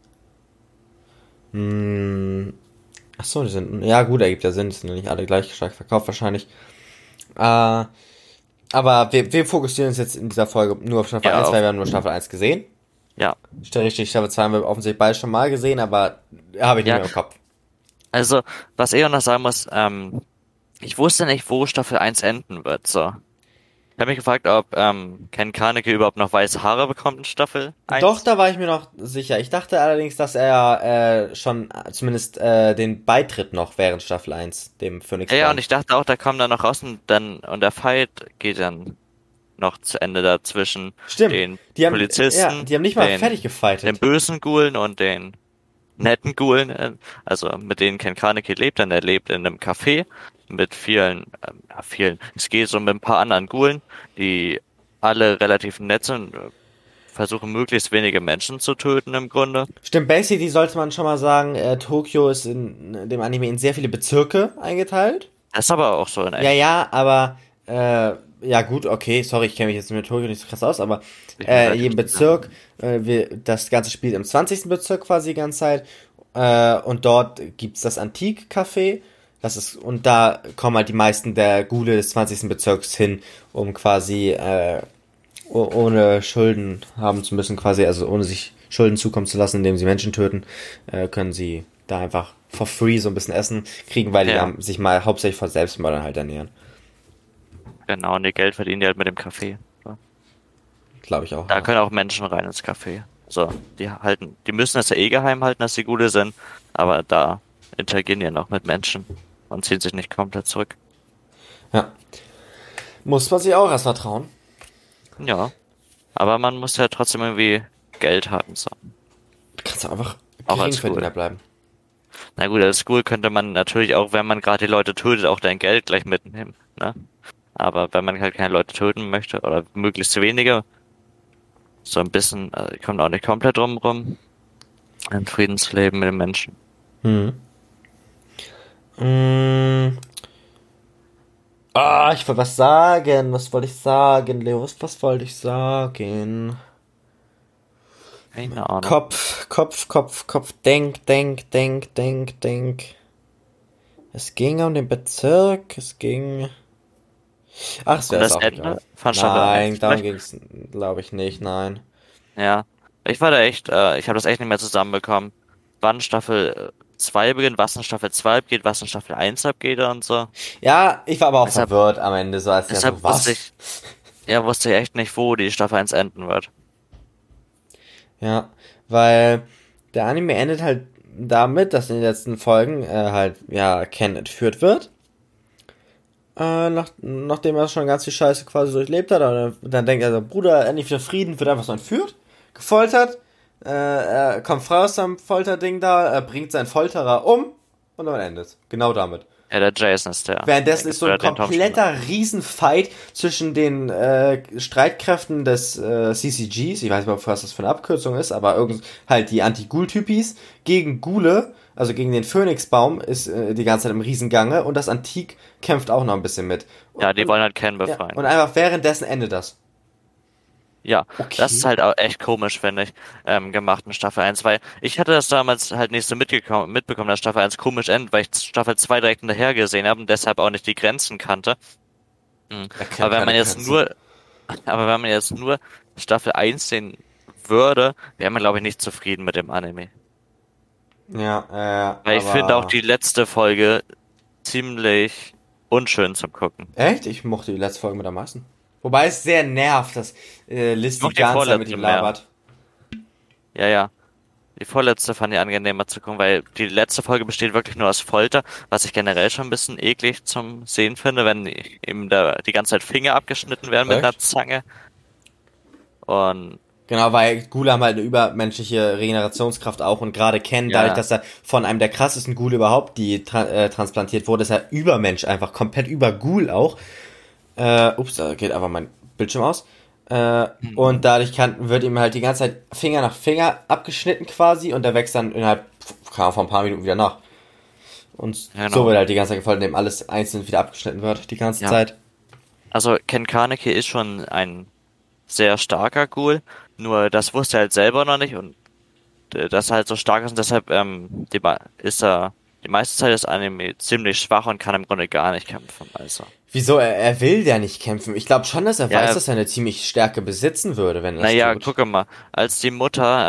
Hm, ach so, die sind, ja gut, ergibt ja Sinn, die sind ja nicht alle gleich stark verkauft wahrscheinlich. Äh, aber wir fokussieren uns jetzt in dieser Folge nur auf Staffel Ja, eins, weil wir haben nur Staffel eins gesehen. ja, Richtig, Staffel 2 haben wir offensichtlich beide schon mal gesehen, aber habe ich nicht ja. mehr im Kopf. Also, was ich auch noch sagen muss, ich wusste nicht, wo Staffel eins enden wird, so. Ich habe mich gefragt, ob Ken Kaneki überhaupt noch weiße Haare bekommt in Staffel Doch, eins. da war ich mir noch sicher. Ich dachte allerdings, dass er schon zumindest den Beitritt noch während Staffel eins dem Ja, ja, und Phoenixbaum. ich dachte auch, da kommt dann noch raus und der Fight geht dann noch zu Ende dazwischen Stimmt. den Polizisten, Die haben nicht mal fertig den gefightet. bösen Ghoulen und den netten Ghoulen, also mit denen Ken Kaneki lebt, denn er lebt in einem Café mit vielen, es geht so mit ein paar anderen Ghoulen, die alle relativ nett sind, versuchen möglichst wenige Menschen zu töten im Grunde. Stimmt, basically sollte man schon mal sagen, Tokio ist in dem Anime in sehr viele Bezirke eingeteilt. Das ist aber auch so in Ja, echt. ja, aber ja gut, okay, sorry, ich kenne mich jetzt mit Tokio nicht so krass aus, aber Ich bin relativ jeden sicher. Bezirk, das Ganze spielt im 20. Bezirk quasi die ganze Zeit und dort gibt's das Antik-Café, und da kommen halt die meisten der Ghule des 20. Bezirks hin, um quasi ohne Schulden haben zu müssen, quasi, also ohne sich Schulden zukommen zu lassen, indem sie Menschen töten, können sie da einfach for free so ein bisschen Essen kriegen, weil die Ja, da sich mal hauptsächlich von Selbstmördern halt ernähren. genau, und ihr Geld verdienen die halt mit dem Café. So. Glaube ich auch, Da ja. können auch Menschen rein ins Café. So, die müssen es ja eh geheim halten, dass sie Ghule sind, aber da interagieren die ja noch mit Menschen und ziehen sich nicht komplett zurück. Ja. Muss man sich auch erst mal trauen. Ja, aber man muss ja trotzdem irgendwie Geld haben, so. Du kannst auch einfach Auch als Geringverdiener Ghoul. bleiben. Na gut, als Ghoul könnte man natürlich auch, wenn man gerade die Leute tötet, auch dein Geld gleich mitnehmen, ne? Aber wenn man halt keine Leute töten möchte oder möglichst wenige, so ein bisschen, kommt auch nicht komplett drum rum, ein Friedensleben mit den Menschen. Hm. Mm. Ah, ich wollte was sagen. Was wollte ich sagen, Leo? Was wollte ich sagen? Keine Ahnung. Kopf. Denk. Es ging um den Bezirk. Es ging. Ach, es Um wäre es das auch egal. Ende von Staffel Nein, 1 darum vielleicht? ging's, glaube ich nicht. Nein. Ja. Ich war da echt, ich habe das echt nicht mehr zusammenbekommen. Wann Staffel 2 beginnt, was in Staffel 2 abgeht, was in Staffel eins abgeht und so. Ja, ich war aber auch Deshalb, verwirrt am Ende, so als ja so deshalb wusste was. ich, ja, wusste ich echt nicht, wo die Staffel eins enden wird. Ja, weil der Anime endet halt damit, dass in den letzten Folgen halt, ja, Ken entführt wird. Nachdem er schon ganz viel Scheiße quasi durchlebt hat. Und dann denkt er so, Bruder, endlich wieder Frieden, wird einfach so entführt, gefoltert. Er kommt frei aus seinem Folterding da, er bringt seinen Folterer um und dann endet. Genau damit. Ja, der Jason ist der. Währenddessen ist so ein Den kompletter Riesenfight zwischen den Streitkräften des CCGs, ich weiß nicht, was das für eine Abkürzung ist, aber halt die Anti-Ghoul-Typis gegen Ghule, also gegen den Phönixbaum ist die ganze Zeit im Riesengange und das Antik kämpft auch noch ein bisschen mit. Ja, die wollen halt Ken Ja, befreien. und einfach währenddessen endet das. Ja, Okay. das ist halt auch echt komisch, finde ich, gemacht in Staffel 1, weil ich hatte das damals halt nicht so mitbekommen, dass Staffel 1 komisch endet, weil ich Staffel 2 direkt hinterher gesehen habe und deshalb auch nicht die Grenzen kannte. Mhm. Er kennt Aber wenn man keine jetzt Grenzen. nur, aber wenn man jetzt nur Staffel 1 sehen würde, wäre man, glaube ich, nicht zufrieden mit dem Anime. Ja, Weil ich finde auch aber... die letzte Folge ziemlich unschön zum Gucken. Echt? Ich mochte die letzte Folge mit am meisten. Wobei es sehr nervt, dass Liz Ich die mochte die ganze Zeit mit vorletzte ihm mehr. labert. Ja, ja. Die vorletzte fand ich angenehmer zu gucken, weil die letzte Folge besteht wirklich nur aus Folter, was ich generell schon ein bisschen eklig zum Sehen finde, wenn ihm da die ganze Zeit Finger abgeschnitten werden mit einer Echt? Zange. Und Genau, weil Ghule haben halt eine übermenschliche Regenerationskraft auch und gerade Ken, dadurch, ja, dass er von einem der krassesten Ghule überhaupt, die transplantiert wurde, ist er Übermensch einfach, komplett über Ghoul auch. Da geht einfach mein Bildschirm aus. Und dadurch wird ihm halt die ganze Zeit Finger nach Finger abgeschnitten quasi und der wächst dann innerhalb von ein paar Minuten wieder nach. Und so genau. wird halt die ganze Zeit gefolgt, indem alles einzeln wieder abgeschnitten wird, die ganze Ja. Zeit. Also Ken Kaneki ist schon ein sehr starker Ghoul, nur das wusste er halt selber noch nicht und dass er halt so stark ist und deshalb ist er die meiste Zeit des Anime ziemlich schwach und kann im Grunde gar nicht kämpfen. Also. Wieso? Er will ja nicht kämpfen. Ich glaube schon, dass er weiß, Ja, dass er eine ziemlich Stärke besitzen würde, wenn er das naja, tut. gucke mal, als die Mutter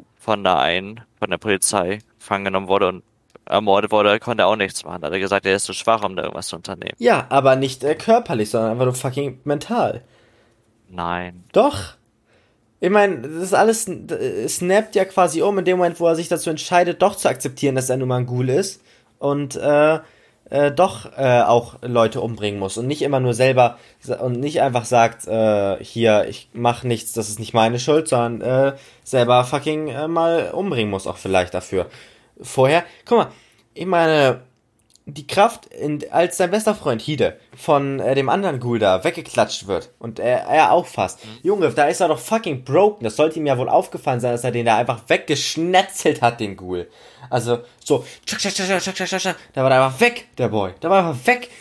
von der Polizei gefangen genommen wurde und ermordet wurde, konnte er auch nichts machen. Da hat er gesagt, er ist zu schwach, um da irgendwas zu unternehmen. Ja, aber nicht körperlich, sondern einfach nur fucking mental. Nein. Doch. Ich meine, das ist alles, es snappt ja quasi um in dem Moment, wo er sich dazu entscheidet, doch zu akzeptieren, dass er nun mal ein Ghoul ist und doch auch Leute umbringen muss und nicht immer nur selber und nicht einfach sagt, hier, ich mach nichts, das ist nicht meine Schuld, sondern selber fucking mal umbringen muss auch vielleicht dafür. Vorher, guck mal, ich meine, die Kraft, als sein bester Freund Hide von dem anderen Ghoul da weggeklatscht wird und er auffasst. Junge, da ist er doch fucking broken. Das sollte ihm ja wohl aufgefallen sein, dass er den da einfach weggeschnetzelt hat, den Ghoul. Also, so, tschak, tschak, tschak, tschak, tschak, tschak, da war der einfach weg, der Boy. Da war er einfach weg.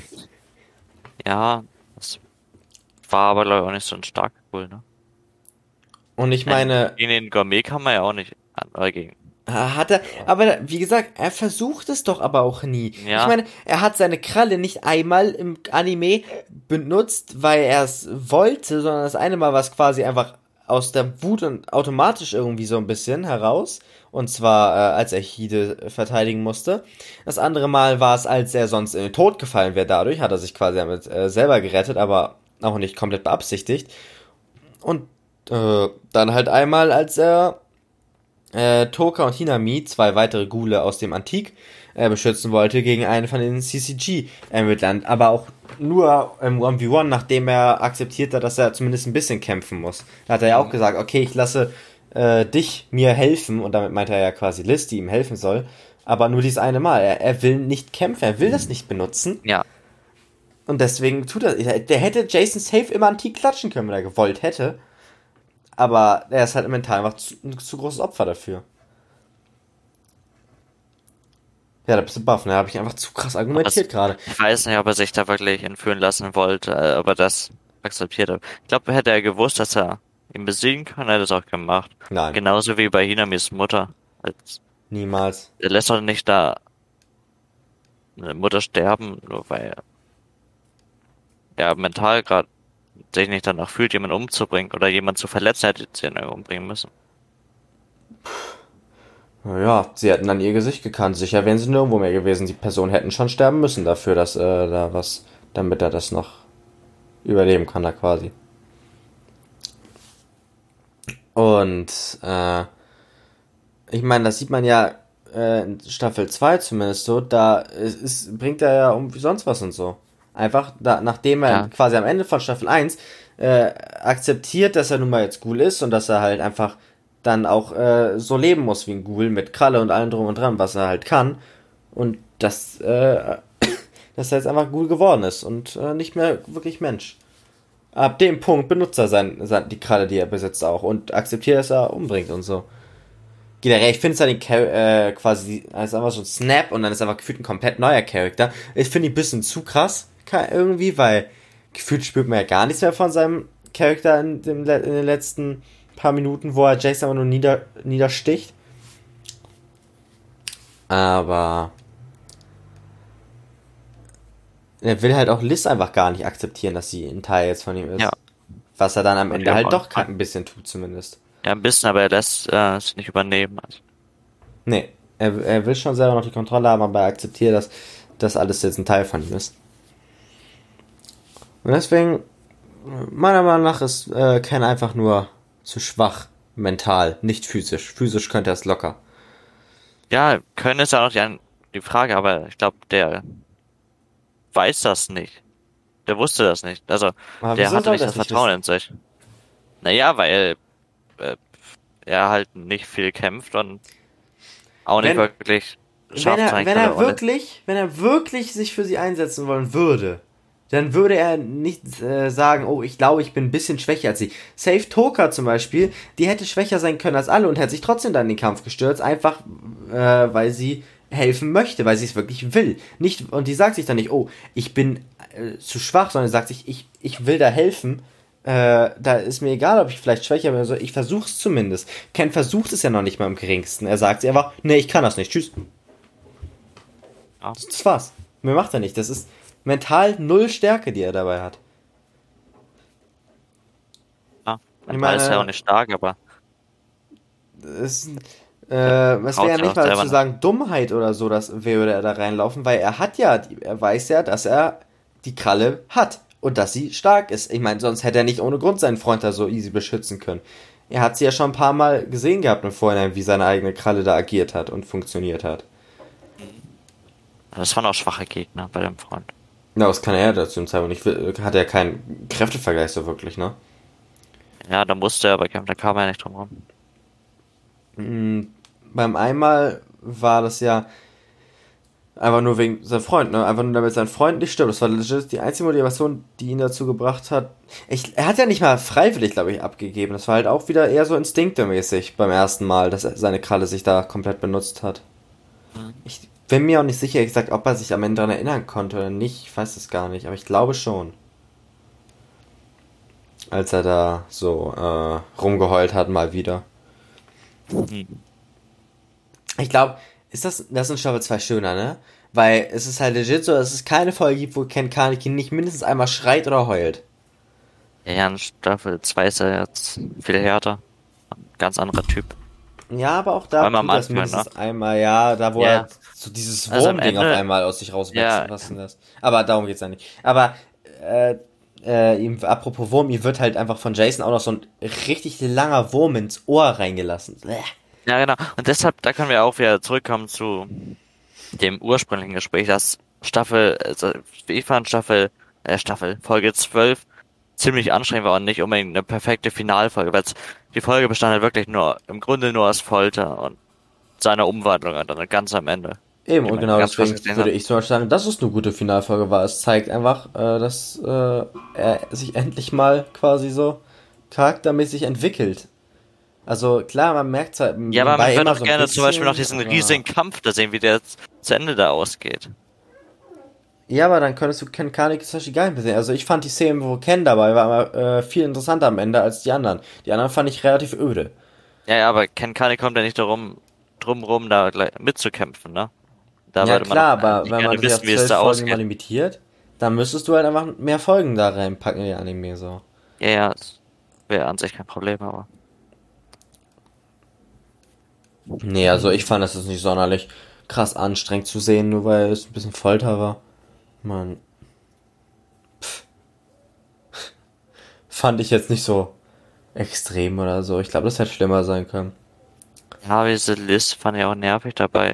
Ja, das war aber glaube ich auch nicht so ein starker Ghoul, ne? Und ich meine, Gegen den Gourmet kann man ja auch nicht gegen. hat er, aber wie gesagt, er versucht es doch aber auch nie. Ich Ja, meine, er hat seine Kralle nicht einmal im Anime benutzt, weil er es wollte, sondern das eine Mal war es quasi einfach aus der Wut und automatisch irgendwie so ein bisschen heraus. Und zwar, als er Hide verteidigen musste. Das andere Mal war es, als er sonst in den Tod gefallen wäre. Dadurch hat er sich quasi damit selber gerettet, aber auch nicht komplett beabsichtigt. Und dann halt einmal, als er Toka und Hinami, zwei weitere Ghule aus dem Antik, beschützen wollte gegen einen von den CCG-Ermittlern. Aber auch nur im 1v1, nachdem er akzeptiert hat, dass er zumindest ein bisschen kämpfen muss. Da hat er ja auch gesagt, okay, ich lasse dich mir helfen, und damit meint er ja quasi Liz, die ihm helfen soll, aber nur dieses eine Mal. Er will nicht kämpfen, er will das nicht benutzen, ja. und deswegen tut er, der hätte Jason safe immer Antik klatschen können, wenn er gewollt hätte. Aber er ist halt mental einfach ein zu großes Opfer dafür. Ja, da bist du baff, ne? Da habe ich einfach zu krass argumentiert gerade. Ich weiß nicht, ob er sich da wirklich entführen lassen wollte, ob er das akzeptiert hat. Ich glaube, hätte er gewusst, dass er ihn besiegen kann, hätte er es auch gemacht. Nein, Genauso wie bei Hinamis Mutter. niemals. Er lässt doch nicht da eine Mutter sterben, nur weil er mental gerade sich nicht danach fühlt, jemanden umzubringen oder jemanden zu verletzen, hätte sie ihn umbringen müssen. Naja, sie hätten dann ihr Gesicht gekannt. Sicher wären sie nirgendwo mehr gewesen. Die Personen hätten schon sterben müssen dafür, dass da was, damit er das noch überleben kann, da quasi. Und ich meine, das sieht man ja in Staffel 2 zumindest so, da bringt er ja um wie sonst was und so. Einfach, nachdem er Ja, quasi am Ende von Staffel 1 akzeptiert, dass er nun mal jetzt Ghoul ist und dass er halt einfach dann auch so leben muss wie ein Ghoul mit Kralle und allem drum und dran, was er halt kann. Und das dass er jetzt einfach gut geworden ist und nicht mehr wirklich Mensch. Ab dem Punkt benutzt er die Kralle, die er besitzt auch und akzeptiert, dass er umbringt und so. Generell, ich finde es halt quasi als einfach so ein Snap und dann ist einfach gefühlt ein komplett neuer Charakter. Ich finde ihn ein bisschen zu krass irgendwie, weil gefühlt spürt man ja gar nichts mehr von seinem Charakter in den letzten paar Minuten, wo er Jason aber nur niedersticht. Aber er will halt auch Liz einfach gar nicht akzeptieren, dass sie ein Teil jetzt von ihm ist. Ja. Was er dann am Ende Ja, halt doch ein bisschen tut zumindest. Ja, ein bisschen, aber er lässt es nicht übernehmen. Also, Nee, er will schon selber noch die Kontrolle haben, aber er akzeptiert, dass das alles jetzt ein Teil von ihm ist. Und deswegen, meiner Meinung nach ist Ken einfach nur zu schwach mental, nicht physisch. Physisch könnte er es locker. ja, können ist ja auch die Frage, aber ich glaube, der weiß das nicht. Der wusste das nicht. Also, Aber der wieso hatte soll nicht das das nicht Vertrauen wissen? in sich. Naja, weil äh, er halt nicht viel kämpft und auch nicht Wenn, wirklich scharf sein wenn kann. er wirklich sich für sie einsetzen wollen würde, dann würde er nicht sagen, oh, ich glaube, ich bin ein bisschen schwächer als sie. Safe Toka zum Beispiel, die hätte schwächer sein können als alle und hätte sich trotzdem dann in den Kampf gestürzt, einfach weil sie helfen möchte, weil sie es wirklich will. Nicht, und die sagt sich dann nicht, oh, ich bin zu schwach, sondern sagt sich, ich will da helfen. Da ist mir egal, ob ich vielleicht schwächer bin oder so, ich versuch's zumindest. Ken versucht es ja noch nicht mal im geringsten. Er sagt sie einfach, nee, ich kann das nicht, tschüss. Ja, Das war's. Mehr macht er nicht. Das ist mental null Stärke, die er dabei hat. ja. Ich Mental ist ja auch meine, nicht stark, aber es, es wäre haut ja sich nicht auch mal selber zu nicht. sagen Dummheit oder so, dass würde er da reinlaufen, weil er hat ja, er weiß ja, dass er die Kralle hat und dass sie stark ist. Ich meine, sonst hätte er nicht ohne Grund seinen Freund da so easy beschützen können. Er hat sie ja schon ein paar Mal gesehen gehabt im Vorhinein, wie seine eigene Kralle da agiert hat und funktioniert hat. Das waren auch schwache Gegner bei dem Freund. Na, was kann er dazu im Zeitpunkt nicht? Hat er keinen Kräftevergleich so wirklich, ne? Ja, da musste er aber kämpfen, da kam er nicht drum rum. Beim einmal war das ja einfach nur wegen seinem Freund, ne? Einfach nur damit sein Freund nicht stirbt. Das war legit die einzige Motivation, die ihn dazu gebracht hat. Er hat ja nicht mal freiwillig, glaube ich, abgegeben. Das war halt auch wieder eher so instinktemäßig beim ersten Mal, dass seine Kralle sich da komplett benutzt hat. Ich bin mir auch nicht sicher, gesagt, ob er sich am Ende daran erinnern konnte oder nicht. Ich weiß es gar nicht, aber ich glaube schon. Als er da so rumgeheult hat, mal wieder. Mhm. Ich glaube, das ist in Staffel 2 schöner, ne? Weil es ist halt legit so, dass es keine Folge gibt, wo Ken Kaneki nicht mindestens einmal schreit oder heult. Ja, in Staffel 2 ist er jetzt viel härter. Ein ganz anderer Typ. Ja, aber auch Vor da allem am tut das Anfang, ne? mindestens einmal, ja, da wo Ja. er so dieses Also am Wurmding auf Ende, einmal aus sich ja, rauswachsen lässt. Aber darum geht's ja nicht. Aber, apropos Wurm, ihm wird halt einfach von Jason auch noch so ein richtig langer Wurm ins Ohr reingelassen. Bleh. ja, genau. Und deshalb, da können wir auch wieder zurückkommen zu dem ursprünglichen Gespräch, dass also ich fand Folge 12 ziemlich anstrengend war und nicht unbedingt eine perfekte Finalfolge, weil die Folge bestand halt wirklich im Grunde nur aus Folter und seiner Umwandlung dann ganz am Ende, Eben, die und man genau ganz frisch deswegen gesehen würde hat. ich zum Beispiel sagen, dass es eine gute Finalfolge war. Es zeigt einfach, dass er sich endlich mal quasi so charaktermäßig entwickelt. Also klar, man merkt es halt Ja, aber nebenbei man würde immer auch so ein gerne zum Beispiel noch bisschen, diesen aber riesigen Kampf da sehen, wie der jetzt zu Ende da ausgeht. ja, aber dann könntest du Ken Kaneki zum Beispiel gar nicht mehr sehen. Also ich fand die Szene, wo Ken dabei war, aber, viel interessanter am Ende als die anderen. Die anderen fand ich relativ öde. Ja, ja, aber Ken Kane kommt ja nicht drum rum, da gleich mitzukämpfen, ne? Da Ja würde man doch klar, aber eigentlich wenn man gerne sich auf wissen, wie es 12 da Folgen immer ausgeht. limitiert, dann müsstest du halt einfach mehr Folgen da reinpacken in die Anime so. Ja, ja, das wäre an sich kein Problem, aber. Nee, also ich fand das jetzt nicht sonderlich krass anstrengend zu sehen, nur weil es ein bisschen Folter war. Man, fand ich jetzt nicht so extrem oder so. Ich glaube, das hätte schlimmer sein können. Ja, diese Liz fand ich auch nervig dabei.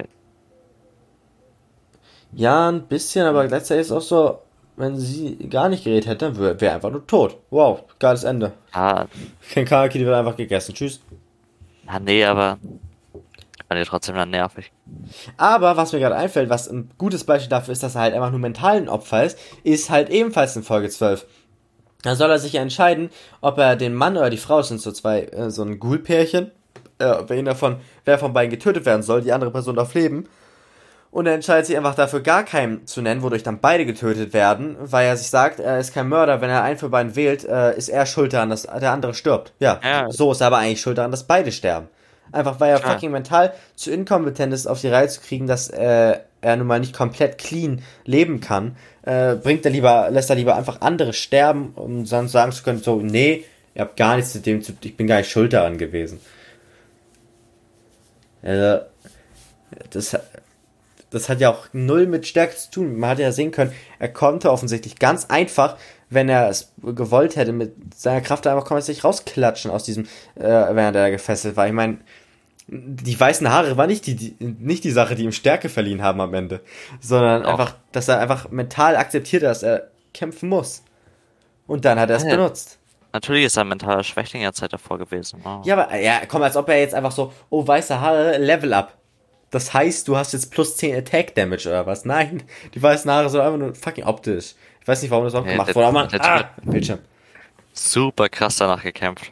Ja, ein bisschen, aber gleichzeitig ist es auch so, wenn sie gar nicht geredet hätte, dann wäre einfach nur tot. Wow, geiles Ende. Ja, Ken Kaneki, die wird einfach gegessen. Tschüss. nee, aber fand ich trotzdem dann nervig. Aber was mir gerade einfällt, was ein gutes Beispiel dafür ist, dass er halt einfach nur mental ein Opfer ist halt ebenfalls in Folge 12. Da soll er sich ja entscheiden, ob er den Mann oder die Frau, das sind so zwei, so ein Ghoul-Pärchen, wer von beiden getötet werden soll, die andere Person darf leben. Und er entscheidet sich einfach dafür, gar keinen zu nennen, wodurch dann beide getötet werden, weil er sich sagt, er ist kein Mörder, wenn er einen für beiden wählt, ist er schuld daran, dass der andere stirbt. Ja, Ja, so ist er aber eigentlich schuld daran, dass beide sterben. Einfach weil er klar. fucking mental zu inkompetent ist, auf die Reihe zu kriegen, dass er nun mal nicht komplett clean leben kann, lässt er lieber einfach andere sterben, um dann sagen zu können, so, nee, ihr habt gar nichts mit dem zu, ich bin gar nicht schuld daran gewesen. Also, das, das hat ja auch null mit Stärke zu tun. Man hat ja sehen können, er konnte offensichtlich ganz einfach, wenn er es gewollt hätte, mit seiner Kraft einfach komplett sich rausklatschen aus diesem, während er gefesselt war. Ich meine, die weißen Haare war nicht die Sache, die ihm Stärke verliehen haben am Ende, sondern Auch. einfach, dass er einfach mental akzeptiert, dass er kämpfen muss. Und dann hat er es Ja. benutzt. Natürlich ist er ein mentaler Schwächling ja Zeit davor gewesen. Oh. Ja, aber, ja, komm, als ob er jetzt einfach so, oh, weiße Haare, Level up. Das heißt, du hast jetzt plus 10 Attack Damage oder was? Nein, die weißen Haare sind einfach nur fucking optisch. Ich weiß nicht, warum das auch Ja, gemacht der- wurde, aber der- Bildschirm. Super krass danach gekämpft.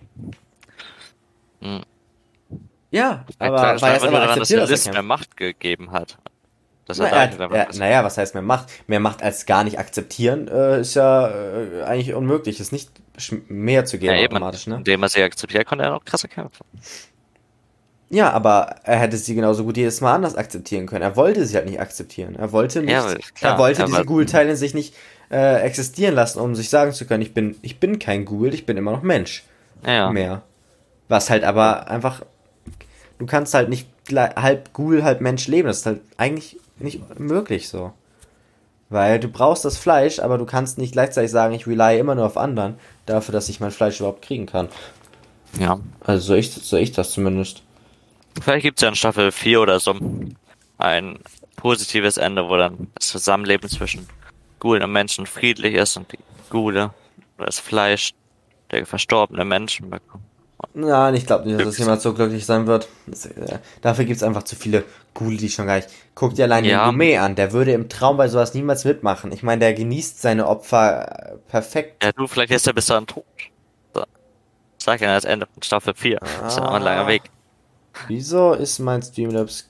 Ja, Ja, aber klar, es weil er lag es einfach nur einfach daran, dass akzeptiert, der dass er List mehr kämpft. Macht gegeben hat. Dass Na, er da einfach ist. naja, was heißt mehr Macht? Mehr Macht als gar nicht akzeptieren, ist ja eigentlich unmöglich. Ist nicht mehr zu geben Ja, eben, automatisch, ne? indem er sie akzeptiert, konnte er noch krasser kämpfen. Ja, aber er hätte sie genauso gut jedes Mal anders akzeptieren können. Er wollte sie halt nicht akzeptieren. Er wollte nicht, Ja, klar, er wollte aber- diese Ghoul-Teile in sich nicht existieren lassen, um sich sagen zu können, ich bin kein Ghoul, ich bin immer noch Mensch. Ja, Mehr. Was halt aber einfach, du kannst halt nicht halb Ghoul, halb Mensch leben. Das ist halt eigentlich nicht möglich so. Weil du brauchst das Fleisch, aber du kannst nicht gleichzeitig sagen, ich rely immer nur auf anderen, dafür, dass ich mein Fleisch überhaupt kriegen kann. ja. Also so ich das zumindest. Vielleicht gibt's ja in Staffel 4 oder so ein positives Ende, wo dann das Zusammenleben zwischen Ghoulen und Menschen friedlich ist und die Ghule oder das Fleisch der verstorbenen Menschen bekommen. Ja, ich glaube nicht, dass das jemand so glücklich sein wird. Dafür gibt's einfach zu viele Ghule, die schon gar nicht. Guck dir allein Ja. den Gourmet an, der würde im Traum bei sowas niemals mitmachen. Ich meine, der genießt seine Opfer perfekt. Ja, du, vielleicht ist er bis dahin tot. So. Sag ja das Ende von Staffel 4. Ist ja noch ein langer Weg. Wieso ist mein Streamlabs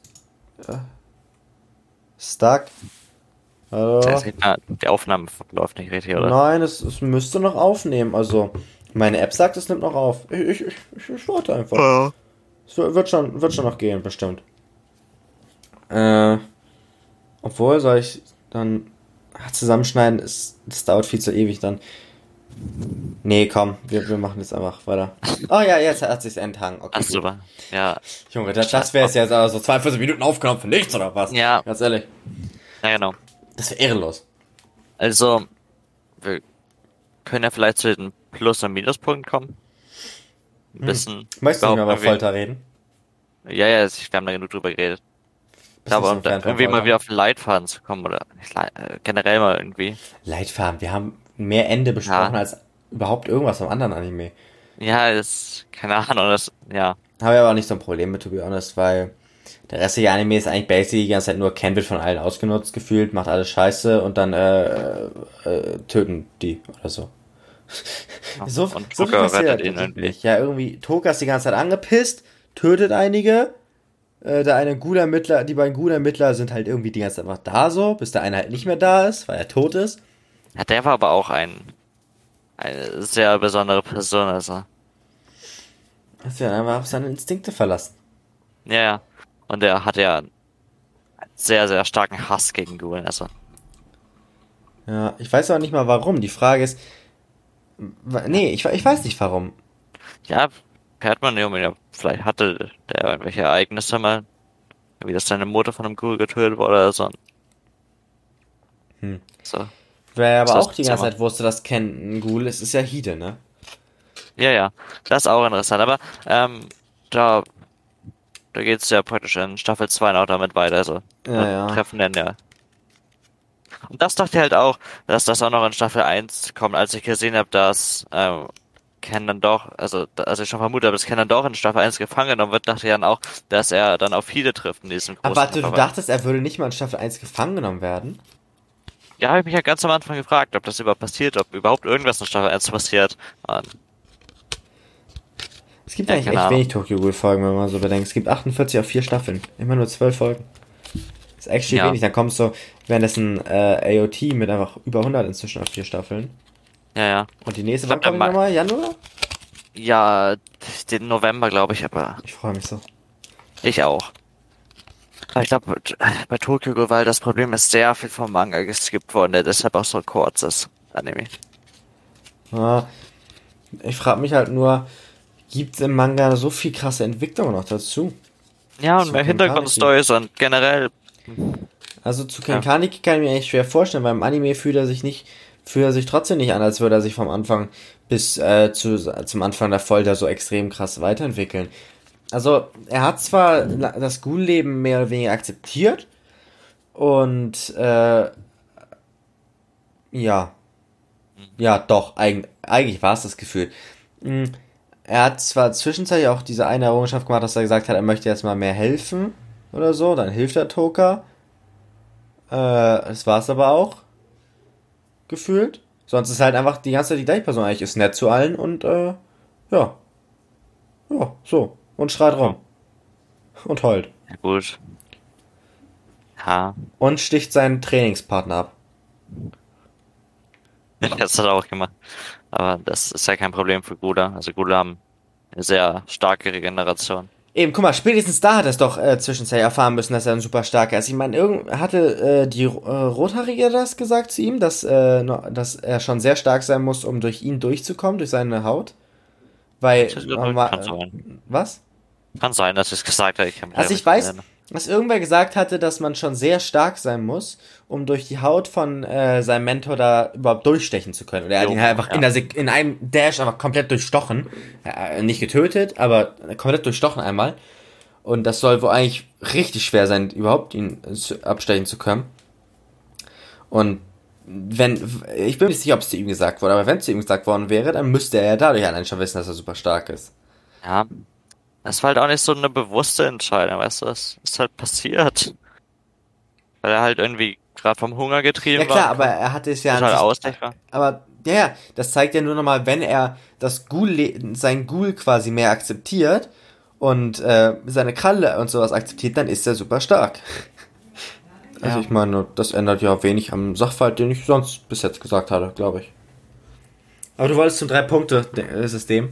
stuck? Hallo? Das heißt, die Aufnahme läuft nicht richtig, oder? Nein, es müsste noch aufnehmen. Also, meine App sagt, es nimmt noch auf. Ich warte einfach. Es wird schon noch gehen, bestimmt. Obwohl, soll ich dann zusammenschneiden? Das dauert viel zu ewig dann. Nee, komm, wir machen jetzt einfach weiter. Oh ja, jetzt hat sich's enthangen. Okay, Ach gut. super. Ja, Junge, das wäre jetzt also 42 Minuten aufgenommen für nichts oder was? Ja. Ganz ehrlich. ja, genau. Das wäre ehrenlos. Also, wir können ja vielleicht zu den Plus- und Minuspunkten kommen. Ein bisschen. Möchtest du nicht mehr über irgendwie- Folter reden? Ja, wir haben da genug drüber geredet. Ich Bist glaube, nicht so ein um Fan da von irgendwie mal Folter? wieder auf den Leitfaden zu kommen oder generell mal irgendwie. Leitfaden, wir haben mehr Ende besprochen Ja. als überhaupt irgendwas vom anderen Anime. Ja, das, keine Ahnung, ja. Habe ich aber auch nicht so ein Problem mit, to be honest, weil der restliche Anime ist eigentlich basically die ganze Zeit nur Ken wird von allen ausgenutzt gefühlt, macht alles scheiße und dann töten die oder so. so Und so Tucker passiert rettet ihn wirklich irgendwie. nicht. Ja, irgendwie, Toka ist die ganze Zeit angepisst, tötet einige. Der eine Ghoul-Ermittler, die beiden Ghoul-Ermittler sind halt irgendwie die ganze Zeit einfach da so, bis der eine halt nicht mehr da ist, weil er tot ist. Ja, der war aber auch eine sehr besondere Person, also. Ist ja einfach auf seine Instinkte verlassen. Ja, ja. Und er hat ja einen sehr, sehr starken Hass gegen Ghoulen, also. Ja, ich weiß auch nicht mal warum. Die Frage ist, nee, ich weiß nicht warum. Ja, hört man irgendwie, vielleicht hatte der irgendwelche Ereignisse mal, wie dass seine Mutter von einem Ghoul getötet wurde oder so. So. Wer aber Das auch die ist ganze aber- Zeit wusste, dass Ken ein Ghoul ist ja Hide, ne? Ja, ja. Das ist auch interessant, aber, da geht's ja praktisch in Staffel 2 noch damit weiter, also. Ja, ja. Treffen dann ja. Und das dachte ich halt auch, dass das auch noch in Staffel 1 kommt, als ich gesehen habe, dass, Ken dann doch, also ich schon vermute, aber dass Ken dann doch in Staffel 1 gefangen genommen wird, dachte ich dann auch, dass er dann auf Hide trifft in diesem Aber großen warte, du Verband. dachtest, er würde nicht mal in Staffel 1 gefangen genommen werden? Ja, habe ich mich ja ganz am Anfang gefragt, ob das überhaupt passiert, ob überhaupt irgendwas in Staffel 1 passiert. Und, Es gibt ja, eigentlich keine echt Ahnung. wenig Tokyo Ghoul Folgen, wenn man so bedenkt. Es gibt 48 auf 4 Staffeln. Immer nur 12 Folgen. Ist actually Ja, wenig. Dann kommst du, währenddessen AOT mit einfach über 100 inzwischen auf 4 Staffeln. ja, ja. Und die nächste, Ich wann glaube, kommt die nochmal? Januar? ja, den November, glaube ich, aber Ich freue mich so. ich auch. Aber ich glaube, bei Tokyo Ghoul, weil das Problem ist, sehr viel vom Manga geskippt worden, der deshalb auch so kurz ist, Anime. Ja, ich frage mich halt nur, gibt es im Manga so viel krasse Entwicklung noch dazu? Ja, und Zu mehr Ken Kaneki. Hintergrundstories und generell, Also zu Ken ja, Kaneki kann ich mir echt schwer vorstellen, weil im Anime fühlt er sich trotzdem nicht an, als würde er sich vom Anfang bis zum Anfang der Folter so extrem krass weiterentwickeln. Also, er hat zwar das Ghoul-Leben mehr oder weniger akzeptiert und ja, ja, doch, eigentlich war es das Gefühl. Mm, Er hat zwar zwischenzeitlich auch diese eine Errungenschaft gemacht, dass er gesagt hat, er möchte jetzt mal mehr helfen oder so, dann hilft er Toka. Das war es aber auch, gefühlt. Sonst ist halt einfach die ganze Zeit die gleiche Person eigentlich, ist nett zu allen und ja, ja, so. Und schreit rum. ja, Und heult. ja gut. Ja, Und sticht seinen Trainingspartner ab. das hat er auch gemacht. Aber das ist ja kein Problem für Gouda. Also Gouda haben eine sehr starke Regeneration. Eben, guck mal, spätestens da hat er es doch zwischenzeitlich erfahren müssen, dass er ein super starker ist. Ich meine, hatte die Rothaarige das gesagt zu ihm, dass er schon sehr stark sein muss, um durch ihn durchzukommen, durch seine Haut? Weil, Das kann sein. was? Kann sein, dass ich es gesagt habe. Ich kann mich Also einfach ich nicht mehr weiß, erinnern. dass irgendwer gesagt hatte, dass man schon sehr stark sein muss, um durch die Haut von seinem Mentor da überhaupt durchstechen zu können. Und er hat Jo, ihn halt einfach ja. in einem Dash einfach komplett durchstochen. Nicht getötet, aber komplett durchstochen einmal. Und das soll wohl eigentlich richtig schwer sein, überhaupt ihn abstechen zu können. Und ich bin mir nicht sicher, ob es zu ihm gesagt wurde, aber wenn es zu ihm gesagt worden wäre, dann müsste er ja dadurch allein schon wissen, dass er super stark ist. Ja, das war halt auch nicht so eine bewusste Entscheidung, weißt du, das ist halt passiert. Weil er halt irgendwie gerade vom Hunger Ja getrieben war klar, und aber er hatte es ja an total sich. ausdächt war. Aber ja, ja, das zeigt ja nur nochmal, wenn er sein Ghoul quasi mehr akzeptiert und seine Kralle und sowas akzeptiert, dann ist er super stark. Also Ja, ich meine, das ändert ja wenig am Sachverhalt, den ich sonst bis jetzt gesagt hatte, glaube ich. Aber du wolltest zum 3-Punkte-System.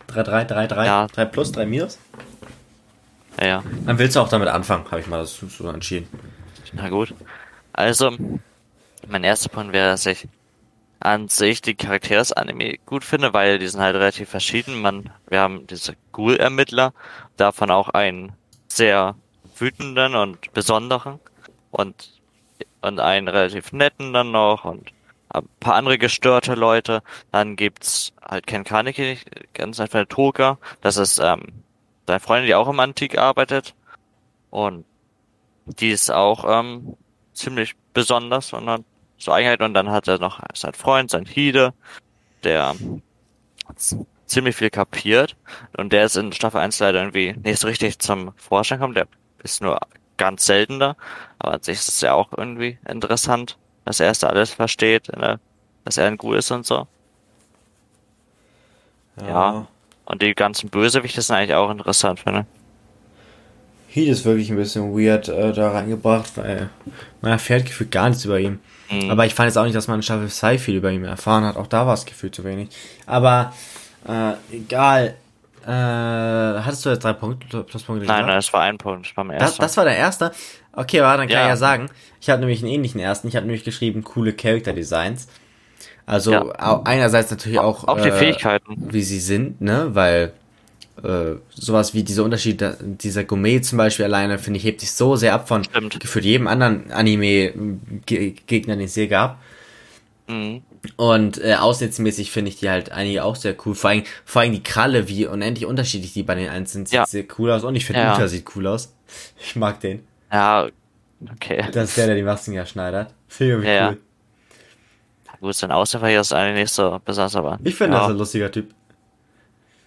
3 ja, 3 plus, 3 minus? ja, ja. Dann willst du auch damit anfangen, habe ich mal so entschieden. Na gut. Also, mein erster Punkt wäre, dass ich an sich die Charaktere des Anime gut finde, weil die sind halt relativ verschieden. Wir haben diese Ghoul-Ermittler, davon auch einen sehr wütenden und besonderen und, und einen relativ netten dann noch und ein paar andere gestörte Leute. Dann gibt's halt Ken Kaneki, ganz einfach Toga. Das ist seine Freundin, die auch im Antik arbeitet und die ist auch ziemlich besonders und hat so Eigenheit. Und dann hat er noch seinen Freund, sein Hide, der ziemlich viel kapiert. Und der ist in Staffel 1 leider irgendwie nicht so richtig zum Vorschein gekommen. Der ist nur ganz selten da. Aber an sich ist es ja auch irgendwie interessant, dass er erst alles versteht, dass er ein Ghoul ist und so. Ja. Ja. Und die ganzen Bösewichte sind eigentlich auch interessant, finde Heat ist wirklich ein bisschen weird da reingebracht, weil man erfährt gefühlt gar nichts über ihn. ich. Aber ich fand jetzt auch nicht, dass man in Staffel 2 viel über ihn erfahren hat. Auch da war es gefühlt zu wenig. Aber egal. Hattest du jetzt 3 Punkte, Pluspunkte Nein, nein, gesagt? das war ein Punkt, das war mein Das, erster. das war der erste. Okay, aber dann kann ich ja Ja, sagen, ich habe nämlich einen ähnlichen ersten. Ich habe nämlich geschrieben, coole Character Designs. ja. Also einerseits natürlich auch, Auch die Fähigkeiten. wie sie sind, ne? Weil sowas wie dieser Unterschied, dieser Gourmet zum Beispiel alleine, finde ich, hebt sich so sehr ab von Stimmt. gefühlt jedem anderen Anime-Gegner, den es je gab. Mhm. Und aussichtsmäßig finde ich die halt einige auch sehr cool. Vor allem die Kralle, wie unendlich unterschiedlich die bei den Einzelnen sind, Ja, sieht sehr cool aus. Und ich finde, ja, Uta sieht cool aus. Ich mag den. ja, okay. Das ist der die Masken ja schneidert. Finde ich Ja, cool. ja. Gut, sein Aussehen ist eigentlich nicht so besonders, aber Ich finde, das ist ja, ein lustiger Typ.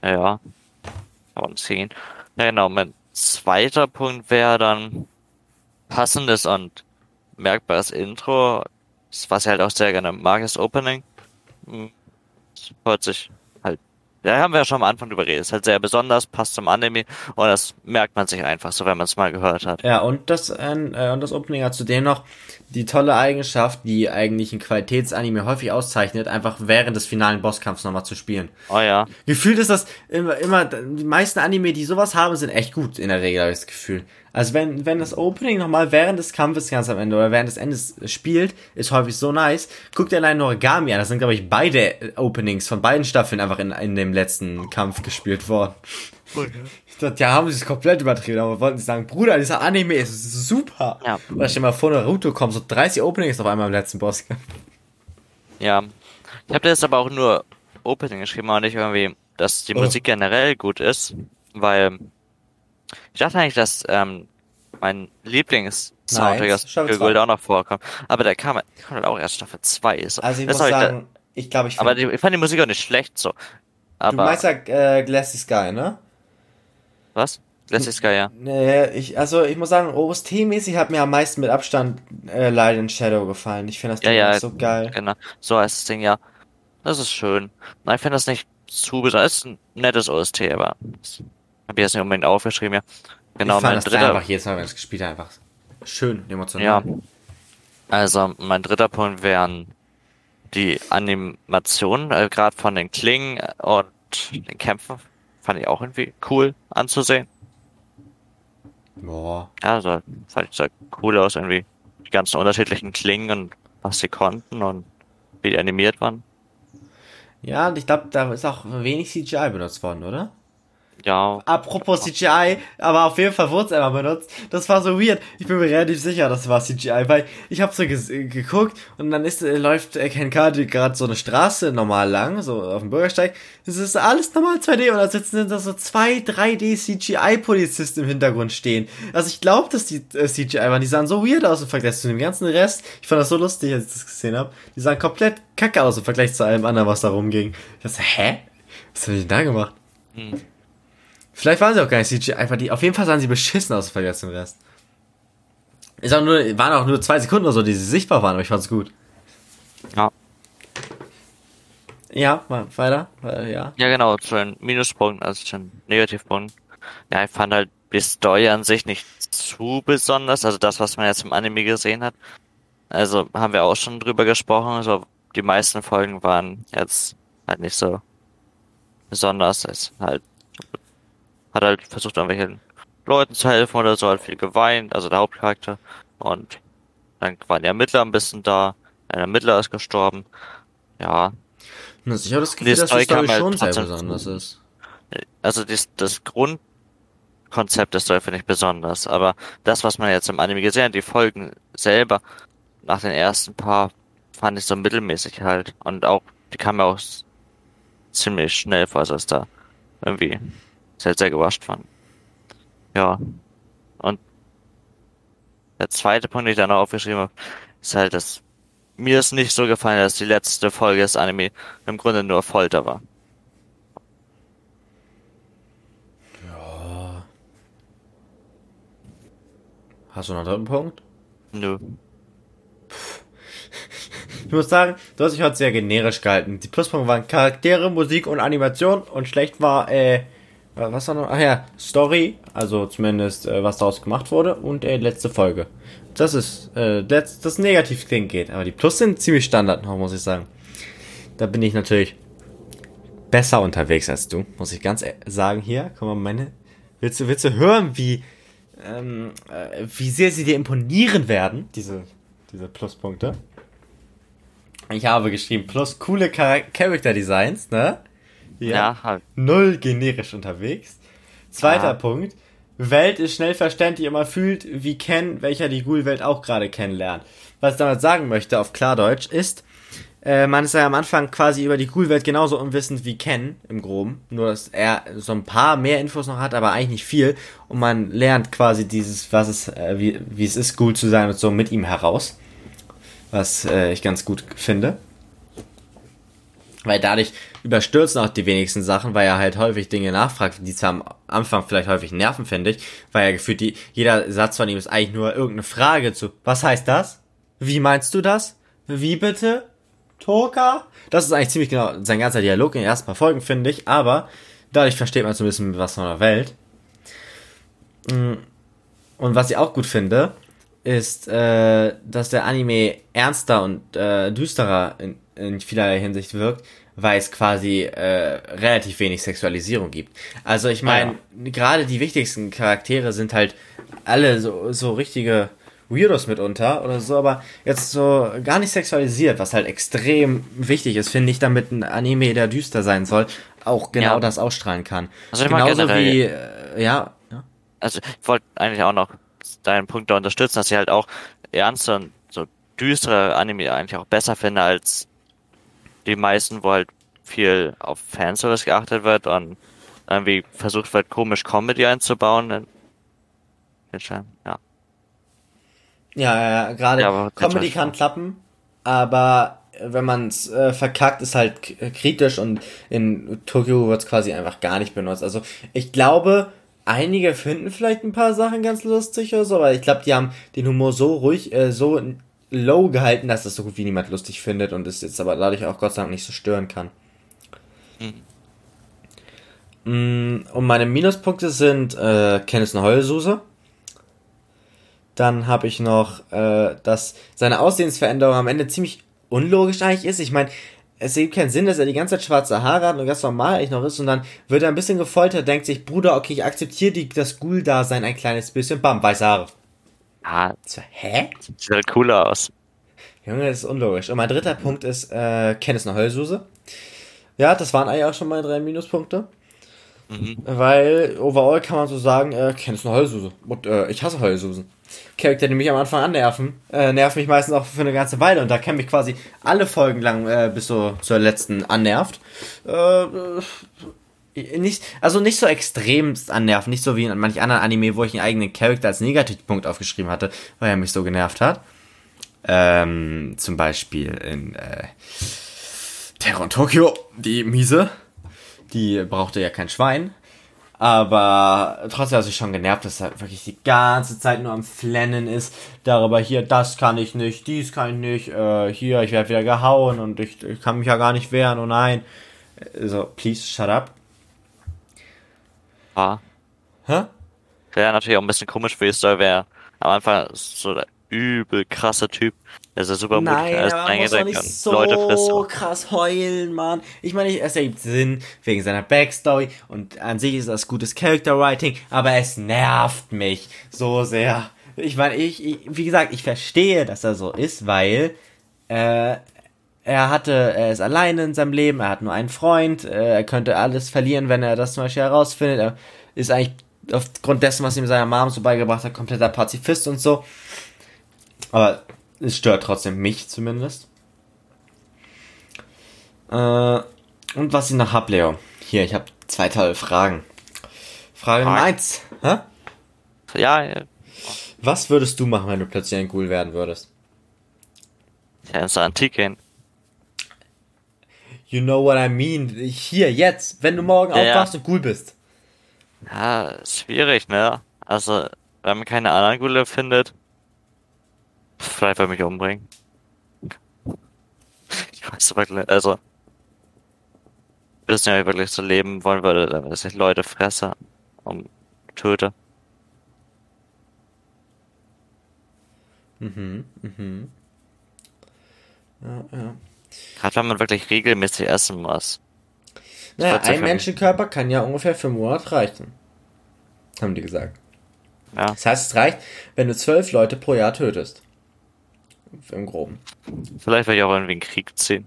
Ja, kann man sehen. Ja, genau. Mein zweiter Punkt wäre dann passendes und merkbares Intro. Das, was ich halt auch sehr gerne mag, ist Opening. Hm, das hört sich halt, ja, haben wir ja schon am Anfang drüber geredet. Ist halt sehr besonders, passt zum Anime und das merkt man sich einfach so, wenn man es mal gehört hat. Ja, und das Opening hat zudem noch die tolle Eigenschaft, die eigentlich ein Qualitätsanime häufig auszeichnet, einfach während des finalen Bosskampfs nochmal zu spielen. Oh ja, Gefühlt ist das immer, die meisten Anime, die sowas haben, sind echt gut in der Regel, habe ich das Gefühl. Also wenn das Opening nochmal während des Kampfes ganz am Ende oder während des Endes spielt, ist häufig so nice. Guck dir allein Noragami an, das sind, glaube ich, beide Openings von beiden Staffeln einfach in dem letzten Kampf gespielt worden. Ich dachte, ja, haben sie es komplett übertrieben, aber wollten sie sagen, Bruder, dieser Anime ist super. ja, Oder stell dir mal vor, Naruto kommt, so 30 Openings auf einmal im letzten Bosskampf. ja. Ich habe jetzt aber auch nur Opening geschrieben, aber nicht irgendwie, dass die Oh. Musik generell gut ist, weil ich dachte eigentlich, dass mein Lieblings-Soundtrack Nein, aus Staffel Tokyo Ghoul 2. auch noch vorkommt. Aber der kam halt auch erst Staffel 2. So. Also ich Das muss hab ich da, sagen, ich glaube, ich aber finde, ich fand die Musik auch nicht schlecht so. du meinst Aber, ja Glassy Sky, ne? was? Letztes Jahr, ja. Nee, ich muss sagen, OST-mäßig hat mir am meisten mit Abstand Light and Shadow gefallen. Ich finde das Ja, Ding auch ja, so geil. genau. So heißt das Ding, ja. Das ist schön. Nein, ich finde das nicht zu besonders. Es ist ein nettes OST, aber das habe ich jetzt nicht unbedingt aufgeschrieben, ja. Ich Genau, fand mein das da dritter, einfach jedes Mal, wenn ich es gespielt habe, einfach schön ja, emotional. also mein dritter Punkt wären die Animationen, gerade von den Klingen und den Kämpfen, fand ich auch irgendwie cool anzusehen. Boah. Ja, also fand ich sah cool aus, irgendwie die ganzen unterschiedlichen Klingen und was sie konnten und wie die animiert waren. Ja, und ich glaube, da ist auch wenig CGI benutzt worden, oder? Ja, Apropos CGI, aber auf jeden Fall wurde es einmal benutzt. Das war so weird. Ich bin mir relativ sicher, das war CGI, weil ich habe so geguckt und dann läuft Ken Kadi gerade so eine Straße normal lang, so auf dem Bürgersteig. Das ist alles normal 2D und da sitzen da so 2 3D CGI-Polizisten im Hintergrund stehen. Also ich glaube, dass die CGI waren. Die sahen so weird aus im Vergleich zu dem ganzen Rest. Ich fand das so lustig, als ich das gesehen habe. Die sahen komplett kacke aus im Vergleich zu allem anderen, was da rumging. Ich dachte, hä? Was habe ich denn da gemacht? hm, Vielleicht waren sie auch gar nicht CGI, einfach die, auf jeden Fall sahen sie beschissen aus im Vergleich zum Rest. Waren auch nur 2 Sekunden oder so, die sie sichtbar waren, aber ich fand's gut. ja. Ja, mal weiter, ja. Ja, genau, zu den Minuspunkten, also zu den Negativpunkten. Ja, ich fand halt die Story an sich nicht zu besonders, also das, was man jetzt im Anime gesehen hat. Also haben wir auch schon drüber gesprochen, also die meisten Folgen waren jetzt halt nicht so besonders. Es halt, hat halt versucht, irgendwelchen Leuten zu helfen oder so, hat viel geweint, also der Hauptcharakter. Und dann waren die Ermittler ein bisschen da, ein Ermittler ist gestorben. Ja, Ich habe das und die Gefühl, dass die Story Story kam halt schon sehr trotzdem, besonders ist. also das Grundkonzept der Story finde ich besonders, aber das, was man jetzt im Anime gesehen hat, die Folgen selber, nach den ersten paar, fand ich so mittelmäßig halt. Und auch, die kamen ja auch ziemlich schnell vor, also ist da irgendwie sehr, sehr gewascht fand. Ja. Und der zweite Punkt, den ich da noch aufgeschrieben habe, ist halt, dass mir es nicht so gefallen hat, dass die letzte Folge des Anime im Grunde nur Folter war. Hast du noch einen dritten Punkt? Nö. Ich muss sagen, du hast dich heute sehr generisch gehalten. Die Pluspunkte waren Charaktere, Musik und Animation und schlecht war, was war noch? Ach ja, Story, also zumindest, was daraus gemacht wurde und letzte Folge. Das ist, das Negativ-Ding geht, aber die Plus sind ziemlich Standard noch, muss ich sagen. Da bin ich natürlich besser unterwegs als du, muss ich ganz sagen. Hier, guck mal, willst du hören, wie sehr sie dir imponieren werden, diese Pluspunkte? Ich habe geschrieben, plus coole Character Designs, ne? Ja, halt. Null generisch unterwegs. Zweiter Ah, Punkt. Welt ist schnell verständlich und man fühlt wie Ken, welcher die Ghoul-Welt auch gerade kennenlernt. Was ich damit sagen möchte, auf Klardeutsch, ist, man ist ja am Anfang quasi über die Ghoul-Welt genauso unwissend wie Ken, im Groben. Nur, dass er so ein paar mehr Infos noch hat, aber eigentlich nicht viel. Und man lernt quasi wie es ist, Ghoul zu sein und so mit ihm heraus. Was ich ganz gut finde. Weil dadurch überstürzen auch die wenigsten Sachen, weil er halt häufig Dinge nachfragt, die zwar am Anfang vielleicht häufig nerven, finde ich, weil er gefühlt jeder Satz von ihm ist eigentlich nur irgendeine Frage zu, was heißt das? Wie meinst du das? Wie bitte? Toka? Das ist eigentlich ziemlich genau sein ganzer Dialog in den ersten paar Folgen, finde ich, aber dadurch versteht man so ein bisschen was von der Welt. Und was ich auch gut finde, ist, dass der Anime ernster und düsterer in vielerlei Hinsicht wirkt, weil es quasi relativ wenig Sexualisierung gibt. Also ich meine, gerade die wichtigsten Charaktere sind halt alle so richtige Weirdos mitunter oder so, aber jetzt so gar nicht sexualisiert, was halt extrem wichtig ist, finde ich, damit ein Anime, der düster sein soll, auch genau das ausstrahlen kann. Also ich mag Genauso wie, generell, ja. also ich wollte eigentlich auch noch deinen Punkt da unterstützen, dass ich halt auch ernste und so düstere Anime eigentlich auch besser finde als die meisten, wo halt viel auf Fanservice geachtet wird und irgendwie versucht wird, komisch Comedy einzubauen. Ja. Ja, Ja, gerade aber Comedy kann klappen, aber wenn man es verkackt, ist halt kritisch und in Tokio wird es quasi einfach gar nicht benutzt. Also ich glaube, einige finden vielleicht ein paar Sachen ganz lustig oder so, aber ich glaube, die haben den Humor so ruhig, so low gehalten, dass das so gut wie niemand lustig findet und es jetzt aber dadurch auch Gott sei Dank nicht so stören kann. Mhm. Und meine Minuspunkte sind Kenneth eine Heulsuse. Dann habe ich noch, dass seine Aussehensveränderung am Ende ziemlich unlogisch eigentlich ist. Ich meine, es ergibt keinen Sinn, dass er die ganze Zeit schwarze Haare hat und ganz normal eigentlich noch ist und dann wird er ein bisschen gefoltert, denkt sich, Bruder, okay, ich akzeptiere das Ghoul-Dasein ein kleines bisschen, bam, weiße Haare. Ah, So, hä? sieht halt cooler aus. Junge, das ist unlogisch. Und mein dritter Punkt ist, Kenneth eine Heulsuse. Ja, das waren eigentlich auch schon meine 3 Minuspunkte. Mhm. Weil overall kann man so sagen, Kenneth eine Heulsuse. Und ich hasse Heulsusen. Charakter, die mich am Anfang annerven, nerven mich meistens auch für eine ganze Weile und da kann mich quasi alle Folgen lang bis so zur letzten annervt. Nicht so extremst annerven, nicht so wie in manch anderen Anime, wo ich einen eigenen Charakter als Negativpunkt aufgeschrieben hatte, weil er mich so genervt hat. Zum Beispiel in Terror in Tokyo, die Miese, die brauchte ja kein Schwein. Aber trotzdem hat sich schon genervt, dass er wirklich die ganze Zeit nur am Flennen ist. Darüber hier, das kann ich nicht, dies kann ich nicht, hier, ich werde wieder gehauen und ich kann mich ja gar nicht wehren, oh nein. So, please, shut up. Ah. Hä? Wäre natürlich auch ein bisschen komisch für die Story, wäre am Anfang so der übel krasse Typ, der ist ja super mutig und Nein, alles aber man muss doch reingedeckt nicht und Leute frisst. so krass heulen, Mann. Ich meine, es ergibt Sinn wegen seiner Backstory und an sich ist das gutes Character Writing, aber es nervt mich so sehr. Ich meine, wie gesagt, ich verstehe, dass er so ist, weil er ist alleine in seinem Leben, er hat nur einen Freund, er könnte alles verlieren, wenn er das zum Beispiel herausfindet. Er ist eigentlich aufgrund dessen, was ihm seine Mom so beigebracht hat, kompletter Pazifist und so. Aber es stört trotzdem mich zumindest. Und was ich noch hab, Leo. Hier, ich habe 2 tolle Fragen. Frage Nummer 1. Hä? Ja, Was würdest du machen, wenn du plötzlich ein Ghoul werden würdest? ja, ins Antik gehen. You know what I mean. Hier, jetzt, wenn du morgen Ja, aufwachst ja. und Ghoul bist. Ja, schwierig, ne? Also, wenn man keine anderen Gule findet, vielleicht will ich mich umbringen. Ich weiß wirklich, also, wissen ja, ich wirklich so leben wollen würde, dass ich Leute fresse und töte. Ja, ja. Gerade wenn man wirklich regelmäßig essen muss. Naja, wird's ja ein für mich. Menschenkörper kann ja ungefähr für einen Monat reichen. Haben die gesagt. Ja, Das heißt, es reicht, wenn du 12 Leute pro Jahr tötest. Im Groben. vielleicht will ich auch irgendwie einen Krieg ziehen.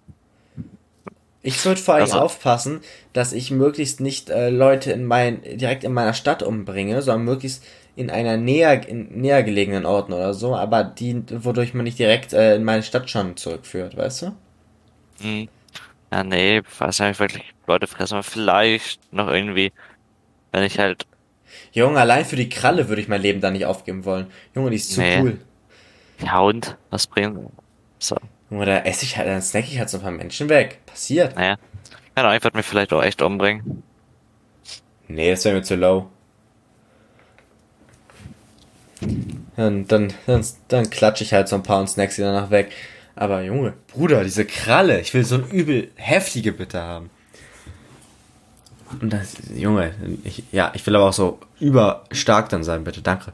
Ich würde vor allem Also, aufpassen, dass ich möglichst nicht Leute direkt in meiner Stadt umbringe, sondern möglichst in näher gelegenen Orten oder so, aber wodurch man nicht direkt in meine Stadt schon zurückführt, weißt du? hm, ja, nee, weiß ja nicht wirklich Leute fressen, aber vielleicht noch irgendwie, wenn ich halt, Junge, allein für die Kralle würde ich mein Leben da nicht aufgeben wollen. Junge, die ist zu nee, cool. ja und, was bringen, so. Oder esse ich halt, dann snack ich halt so ein paar Menschen weg. Passiert. Naja. Keine Ahnung, ich würde mich vielleicht auch echt umbringen. Nee, das wäre mir zu low. Dann klatsche ich halt so ein paar und snacks die danach weg. Aber Junge, Bruder, diese Kralle, ich will so eine übel heftige bitte haben. Und das, Junge, ich will aber auch so überstark dann sein, bitte, danke.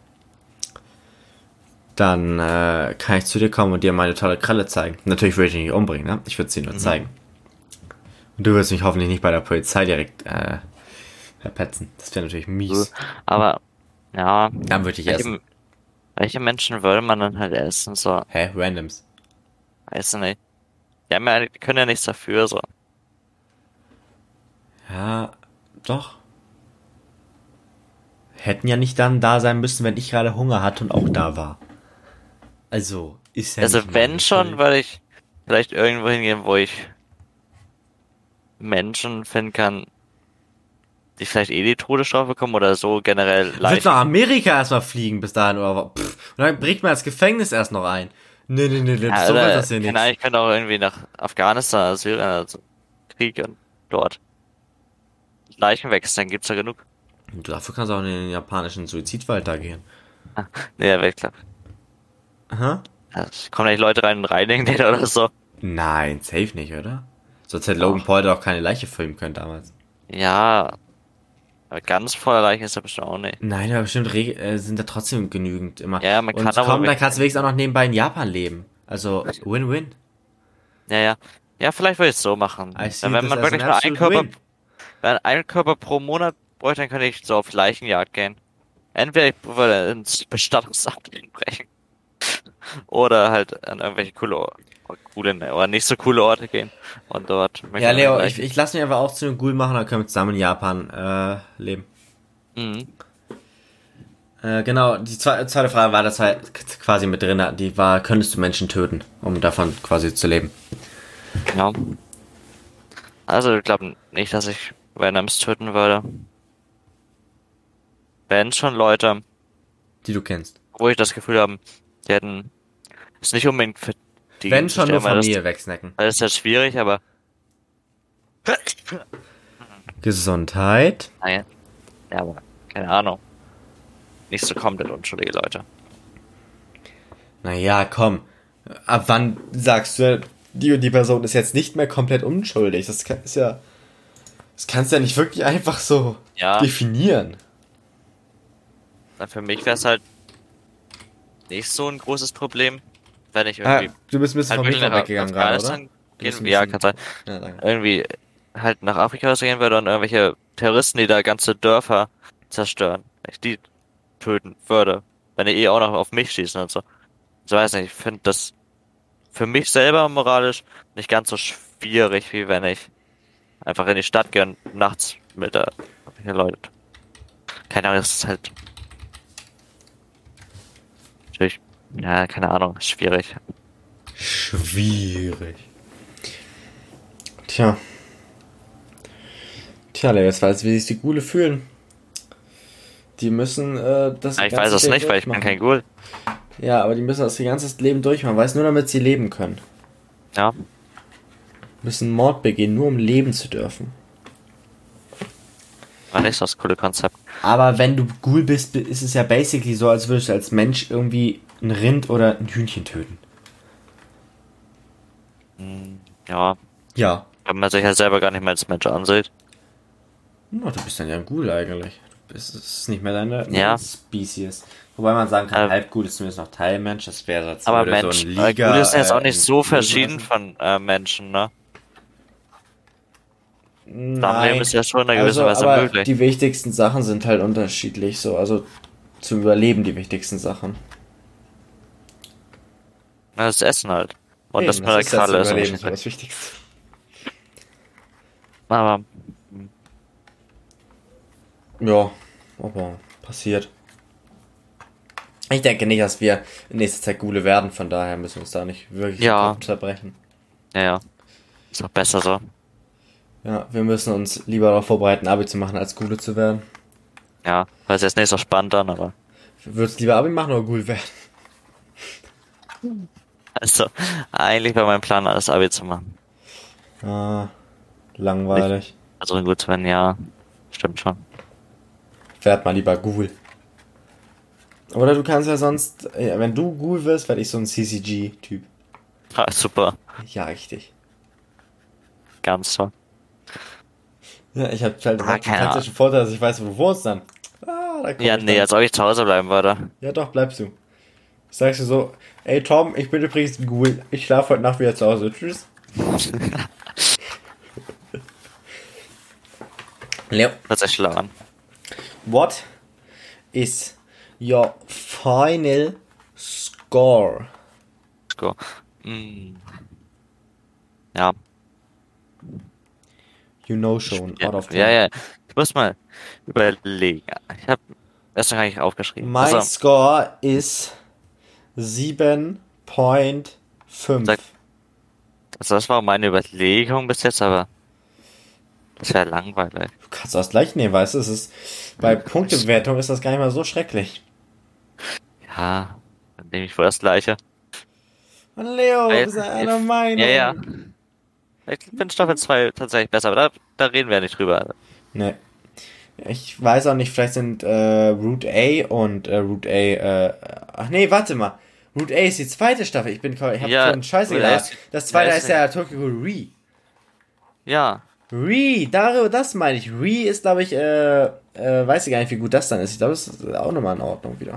Dann kann ich zu dir kommen und dir meine tolle Kralle zeigen. Natürlich würde ich dich nicht umbringen, ne? Ich würde sie nur zeigen. Und du würdest mich hoffentlich nicht bei der Polizei direkt verpetzen. Das wäre natürlich mies. Aber, ja, Dann würde ich essen. welche Menschen würde man dann halt essen? So, Hä? Randoms. weiß nicht. Die können ja nichts dafür, so. Ja, doch. Hätten ja nicht dann da sein müssen, wenn ich gerade Hunger hatte und auch da war. Also, ist ja Also nicht wenn meine schon, Schuld. würde ich vielleicht irgendwo hingehen, wo ich Menschen finden kann, die vielleicht eh die Todesstrafe bekommen oder so generell Willst du leicht. nach Amerika erstmal fliegen bis dahin oder was? Pff, und dann bringt man das Gefängnis erst noch ein. Nee, Ja, so wird oder, das hier keine nichts. Ahnung, ich könnte auch irgendwie nach Afghanistan, Syrien, also Krieg und dort Leichen wechseln, gibt's ja genug. Und dafür kannst du auch in den japanischen Suizidwald da gehen. Nee, der Weltklasse. Aha. Ja, es kommen nicht Leute rein und reinigen den oder so. Nein, safe nicht, oder? Sonst hätte Logan Doch. Paul doch keine Leiche filmen können damals. Ja, aber ganz voller Leichen ist er bestimmt auch nicht. Nein, aber bestimmt sind da trotzdem genügend immer. Ja, man kann Und aber komm, dann wirklich, kannst du wenigstens auch noch nebenbei in Japan leben. Also, Win-Win. ja. Ja, vielleicht würde ich es so machen. I see Wenn this man as an wirklich nur einen absolute win. wenn einen Körper pro Monat bräuchte, dann könnte ich so auf Leichenjagd gehen. Entweder ich würde ins Bestattungsamt brechen. Oder halt an irgendwelche coole, ne, oder nicht so coole Orte gehen. Und dort Ja, Leo, gleich. ich lass mich einfach auch zu einem Ghoul machen, dann können wir zusammen in Japan leben. Mhm. Genau, die zweite Frage war das halt quasi mit drin, die war, könntest du Menschen töten, um davon quasi zu leben? Ja. Also ich glaube nicht, dass ich Venoms töten würde. Wenn schon Leute, Die du kennst. wo ich das Gefühl habe, die hätten es nicht unbedingt Wenn verdient zu schon nur sterben, Familie wegsnacken. weil das ist ja schwierig, aber Gesundheit. naja, ja, aber keine Ahnung. Nicht so komplett unschuldige Leute. Naja, komm. Ab wann sagst du, die und die Person ist jetzt nicht mehr komplett unschuldig? Das kannst du ja nicht wirklich einfach so Ja, definieren. dann für mich wäre es halt nicht so ein großes Problem, wenn ich Ah, irgendwie du bist ein bisschen halt von mir wirklich nach vorweggegangen gerade, oder? Afghanistan Du bist gehen, ein ja, bisschen, kann sein, ja, danke. irgendwie halt nach Afrika gehen würde und irgendwelche Terroristen, die da ganze Dörfer zerstören, wenn ich die töten würde, wenn die eh auch noch auf mich schießen und so. Ich weiß nicht, ich finde das für mich selber moralisch nicht ganz so schwierig, wie wenn ich einfach in die Stadt gehe und nachts mit der Leute. Keine Ahnung, das ist halt natürlich, ja, keine Ahnung, ist schwierig. Schwierig. Tja. Tja, Leo, jetzt weiß, wie sich die Ghule fühlen. Die müssen das Ja, ich ganze weiß es Leben nicht, weil ich bin durchmachen. kein Ghoul. Ja, aber die müssen das ihr ganzes Leben durchmachen, weißt nur damit sie leben können. Ja, Müssen Mord begehen, nur um leben zu dürfen. war nicht so das coole Konzept. Aber wenn du Ghoul bist, ist es ja basically so, als würdest du als Mensch irgendwie ein Rind oder ein Hühnchen töten. Ja, Ja. wenn man sich halt selber gar nicht mehr als Mensch ansieht. Na, du bist dann ja ein Ghoul eigentlich. Es ist nicht mehr deine Ja. Species. Wobei man sagen kann, Äh, Halbghoul ist zumindest noch Teilmensch. Das wäre, als Aber würde Mensch, so ein Liga. Ghoul ist ja jetzt auch nicht in so Löwen verschieden essen. von Menschen, ne? Zusammenleben Nein. ist ja schon in einer gewissen Also, Weise aber möglich. die wichtigsten Sachen sind halt unterschiedlich. So, also zum Überleben die wichtigsten Sachen. Na, das Essen halt. Und das Eben, mit der ist das Kralle ist Überleben so wahrscheinlich. das Wichtigste. Aber, Ja, aber passiert. Ich denke nicht, dass wir in nächster Zeit Ghule werden, von daher müssen wir uns da nicht wirklich Ja. den Kopf zerbrechen. ja. Ist auch besser so. Ja, wir müssen uns lieber darauf vorbereiten, Abi zu machen, als Ghule zu werden. Ja, weil es jetzt nicht so spannend dann, aber. Würdest du lieber Abi machen oder Ghul werden? Also, eigentlich war mein Plan, alles Abi zu machen. Ah, langweilig. Also gut, wenn ja, stimmt schon. Werd mal lieber Google. Oder du kannst ja sonst, wenn du Google wirst, werde ich so ein CCG-Typ. Ah, super, Ja, richtig. ganz toll. Ja, ich habe halt Ah, auch den keine Ahnung. taktischen Vorteil, dass ich weiß, wo du wohnst dann. Da komme Ja, ich nee, dann. als ob ich zu Hause bleiben würde. Ja, doch, bleibst du. Sagst du so, ey Tom, ich bin übrigens Google. Ich schlafe heute Nacht wieder zu Hause. Tschüss. Leo, Hört sich schlau an. what is your final score? Go. Hm, ja, You know schon, ja, out of ja, 10. ja. Ich muss mal überlegen. Ich habe das noch gar nicht aufgeschrieben. My Also, score is 7,5. sag, also das war meine Überlegung bis jetzt, aber das wäre langweilig. Du kannst das gleich nehmen, weißt du, es ist, bei Ich, Punktebewertung ist das gar nicht mal so schrecklich. ja, dann nehme ich wohl das Gleiche. Und Leo, Weil, wir sind einer ja, ja. Meinung. Ich finde Staffel 2 tatsächlich besser, aber da reden wir ja nicht drüber. Ne, ich weiß auch nicht, vielleicht sind Route A und Route A, ach nee, warte mal. Route A ist die zweite Staffel. Ich habe Ja, schon Scheiße oder gedacht. Das zweite heißt ja Tokyo Ghoul Re. ja. Darüber, das meine ich. Re ist, glaube ich, weiß ich gar nicht, wie gut das dann ist. Ich glaube, das ist auch nochmal in Ordnung wieder.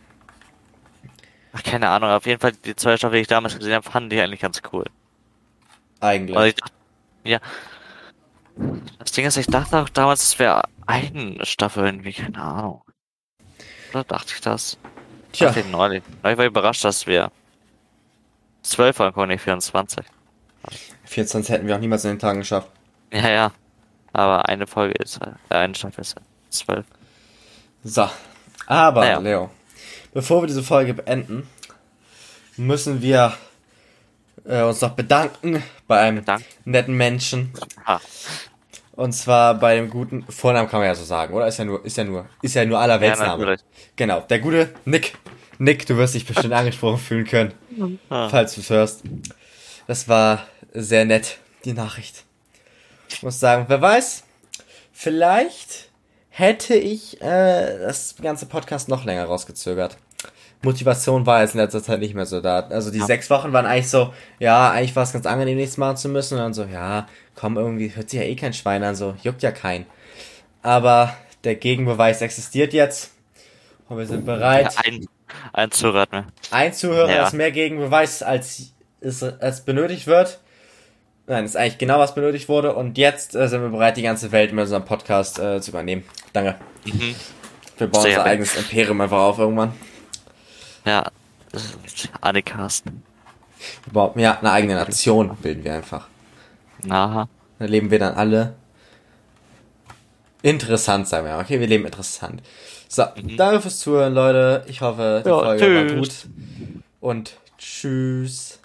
Ach, keine Ahnung, auf jeden Fall die zwei Staffeln, die ich damals gesehen habe, fand ich eigentlich ganz cool. Und Eigentlich. ich dachte, ja, das Ding ist, ich dachte auch damals, es wäre eine Staffel irgendwie, keine Ahnung. Oder dachte ich das? Tja, Dachte ich neulich. Neulich war ich überrascht, dass wir 12 waren, nicht 24. 24 hätten wir auch niemals in den Tagen geschafft. Ja, ja. Aber eine Folge ist, eine Staffel ist 12. So. Aber, Naja, Leo, bevor wir diese Folge beenden, müssen wir uns noch bedanken bei einem Dank. netten Menschen. Ah, Und zwar bei dem guten Vornamen kann man ja so sagen, oder? Ist ja nur aller ja, Weltsname. natürlich. Genau, der gute Nick. Nick, du wirst dich bestimmt angesprochen fühlen können, Ah, falls du es hörst. Das war sehr nett, die Nachricht. Ich muss sagen, wer weiß, vielleicht hätte ich das ganze Podcast noch länger rausgezögert. Motivation war jetzt in letzter Zeit nicht mehr so da. Also die ja. 6 Wochen waren eigentlich so, ja, eigentlich war es ganz angenehm, nichts machen zu müssen. Und dann so, ja, komm, irgendwie hört sich ja eh kein Schwein an, so, juckt ja keinen. Aber der Gegenbeweis existiert jetzt. Und wir sind bereit. Ja, ein Zuhörer hat mir. Ein Zuhörer Ja. ist mehr Gegenbeweis, als benötigt wird. Nein, ist eigentlich genau, was benötigt wurde. Und jetzt sind wir bereit, die ganze Welt mit unserem Podcast zu übernehmen. Danke. Mhm. Wir bauen Sehr unser gut. eigenes Imperium einfach auf irgendwann. Ja. Annikast. Ja, eine eigene Nation bilden wir einfach. Aha. Da leben wir dann alle interessant, sagen wir. Okay, wir leben interessant. So, danke fürs Zuhören, Leute. Ich hoffe, die Ja, Folge war tschüss. gut. Und tschüss.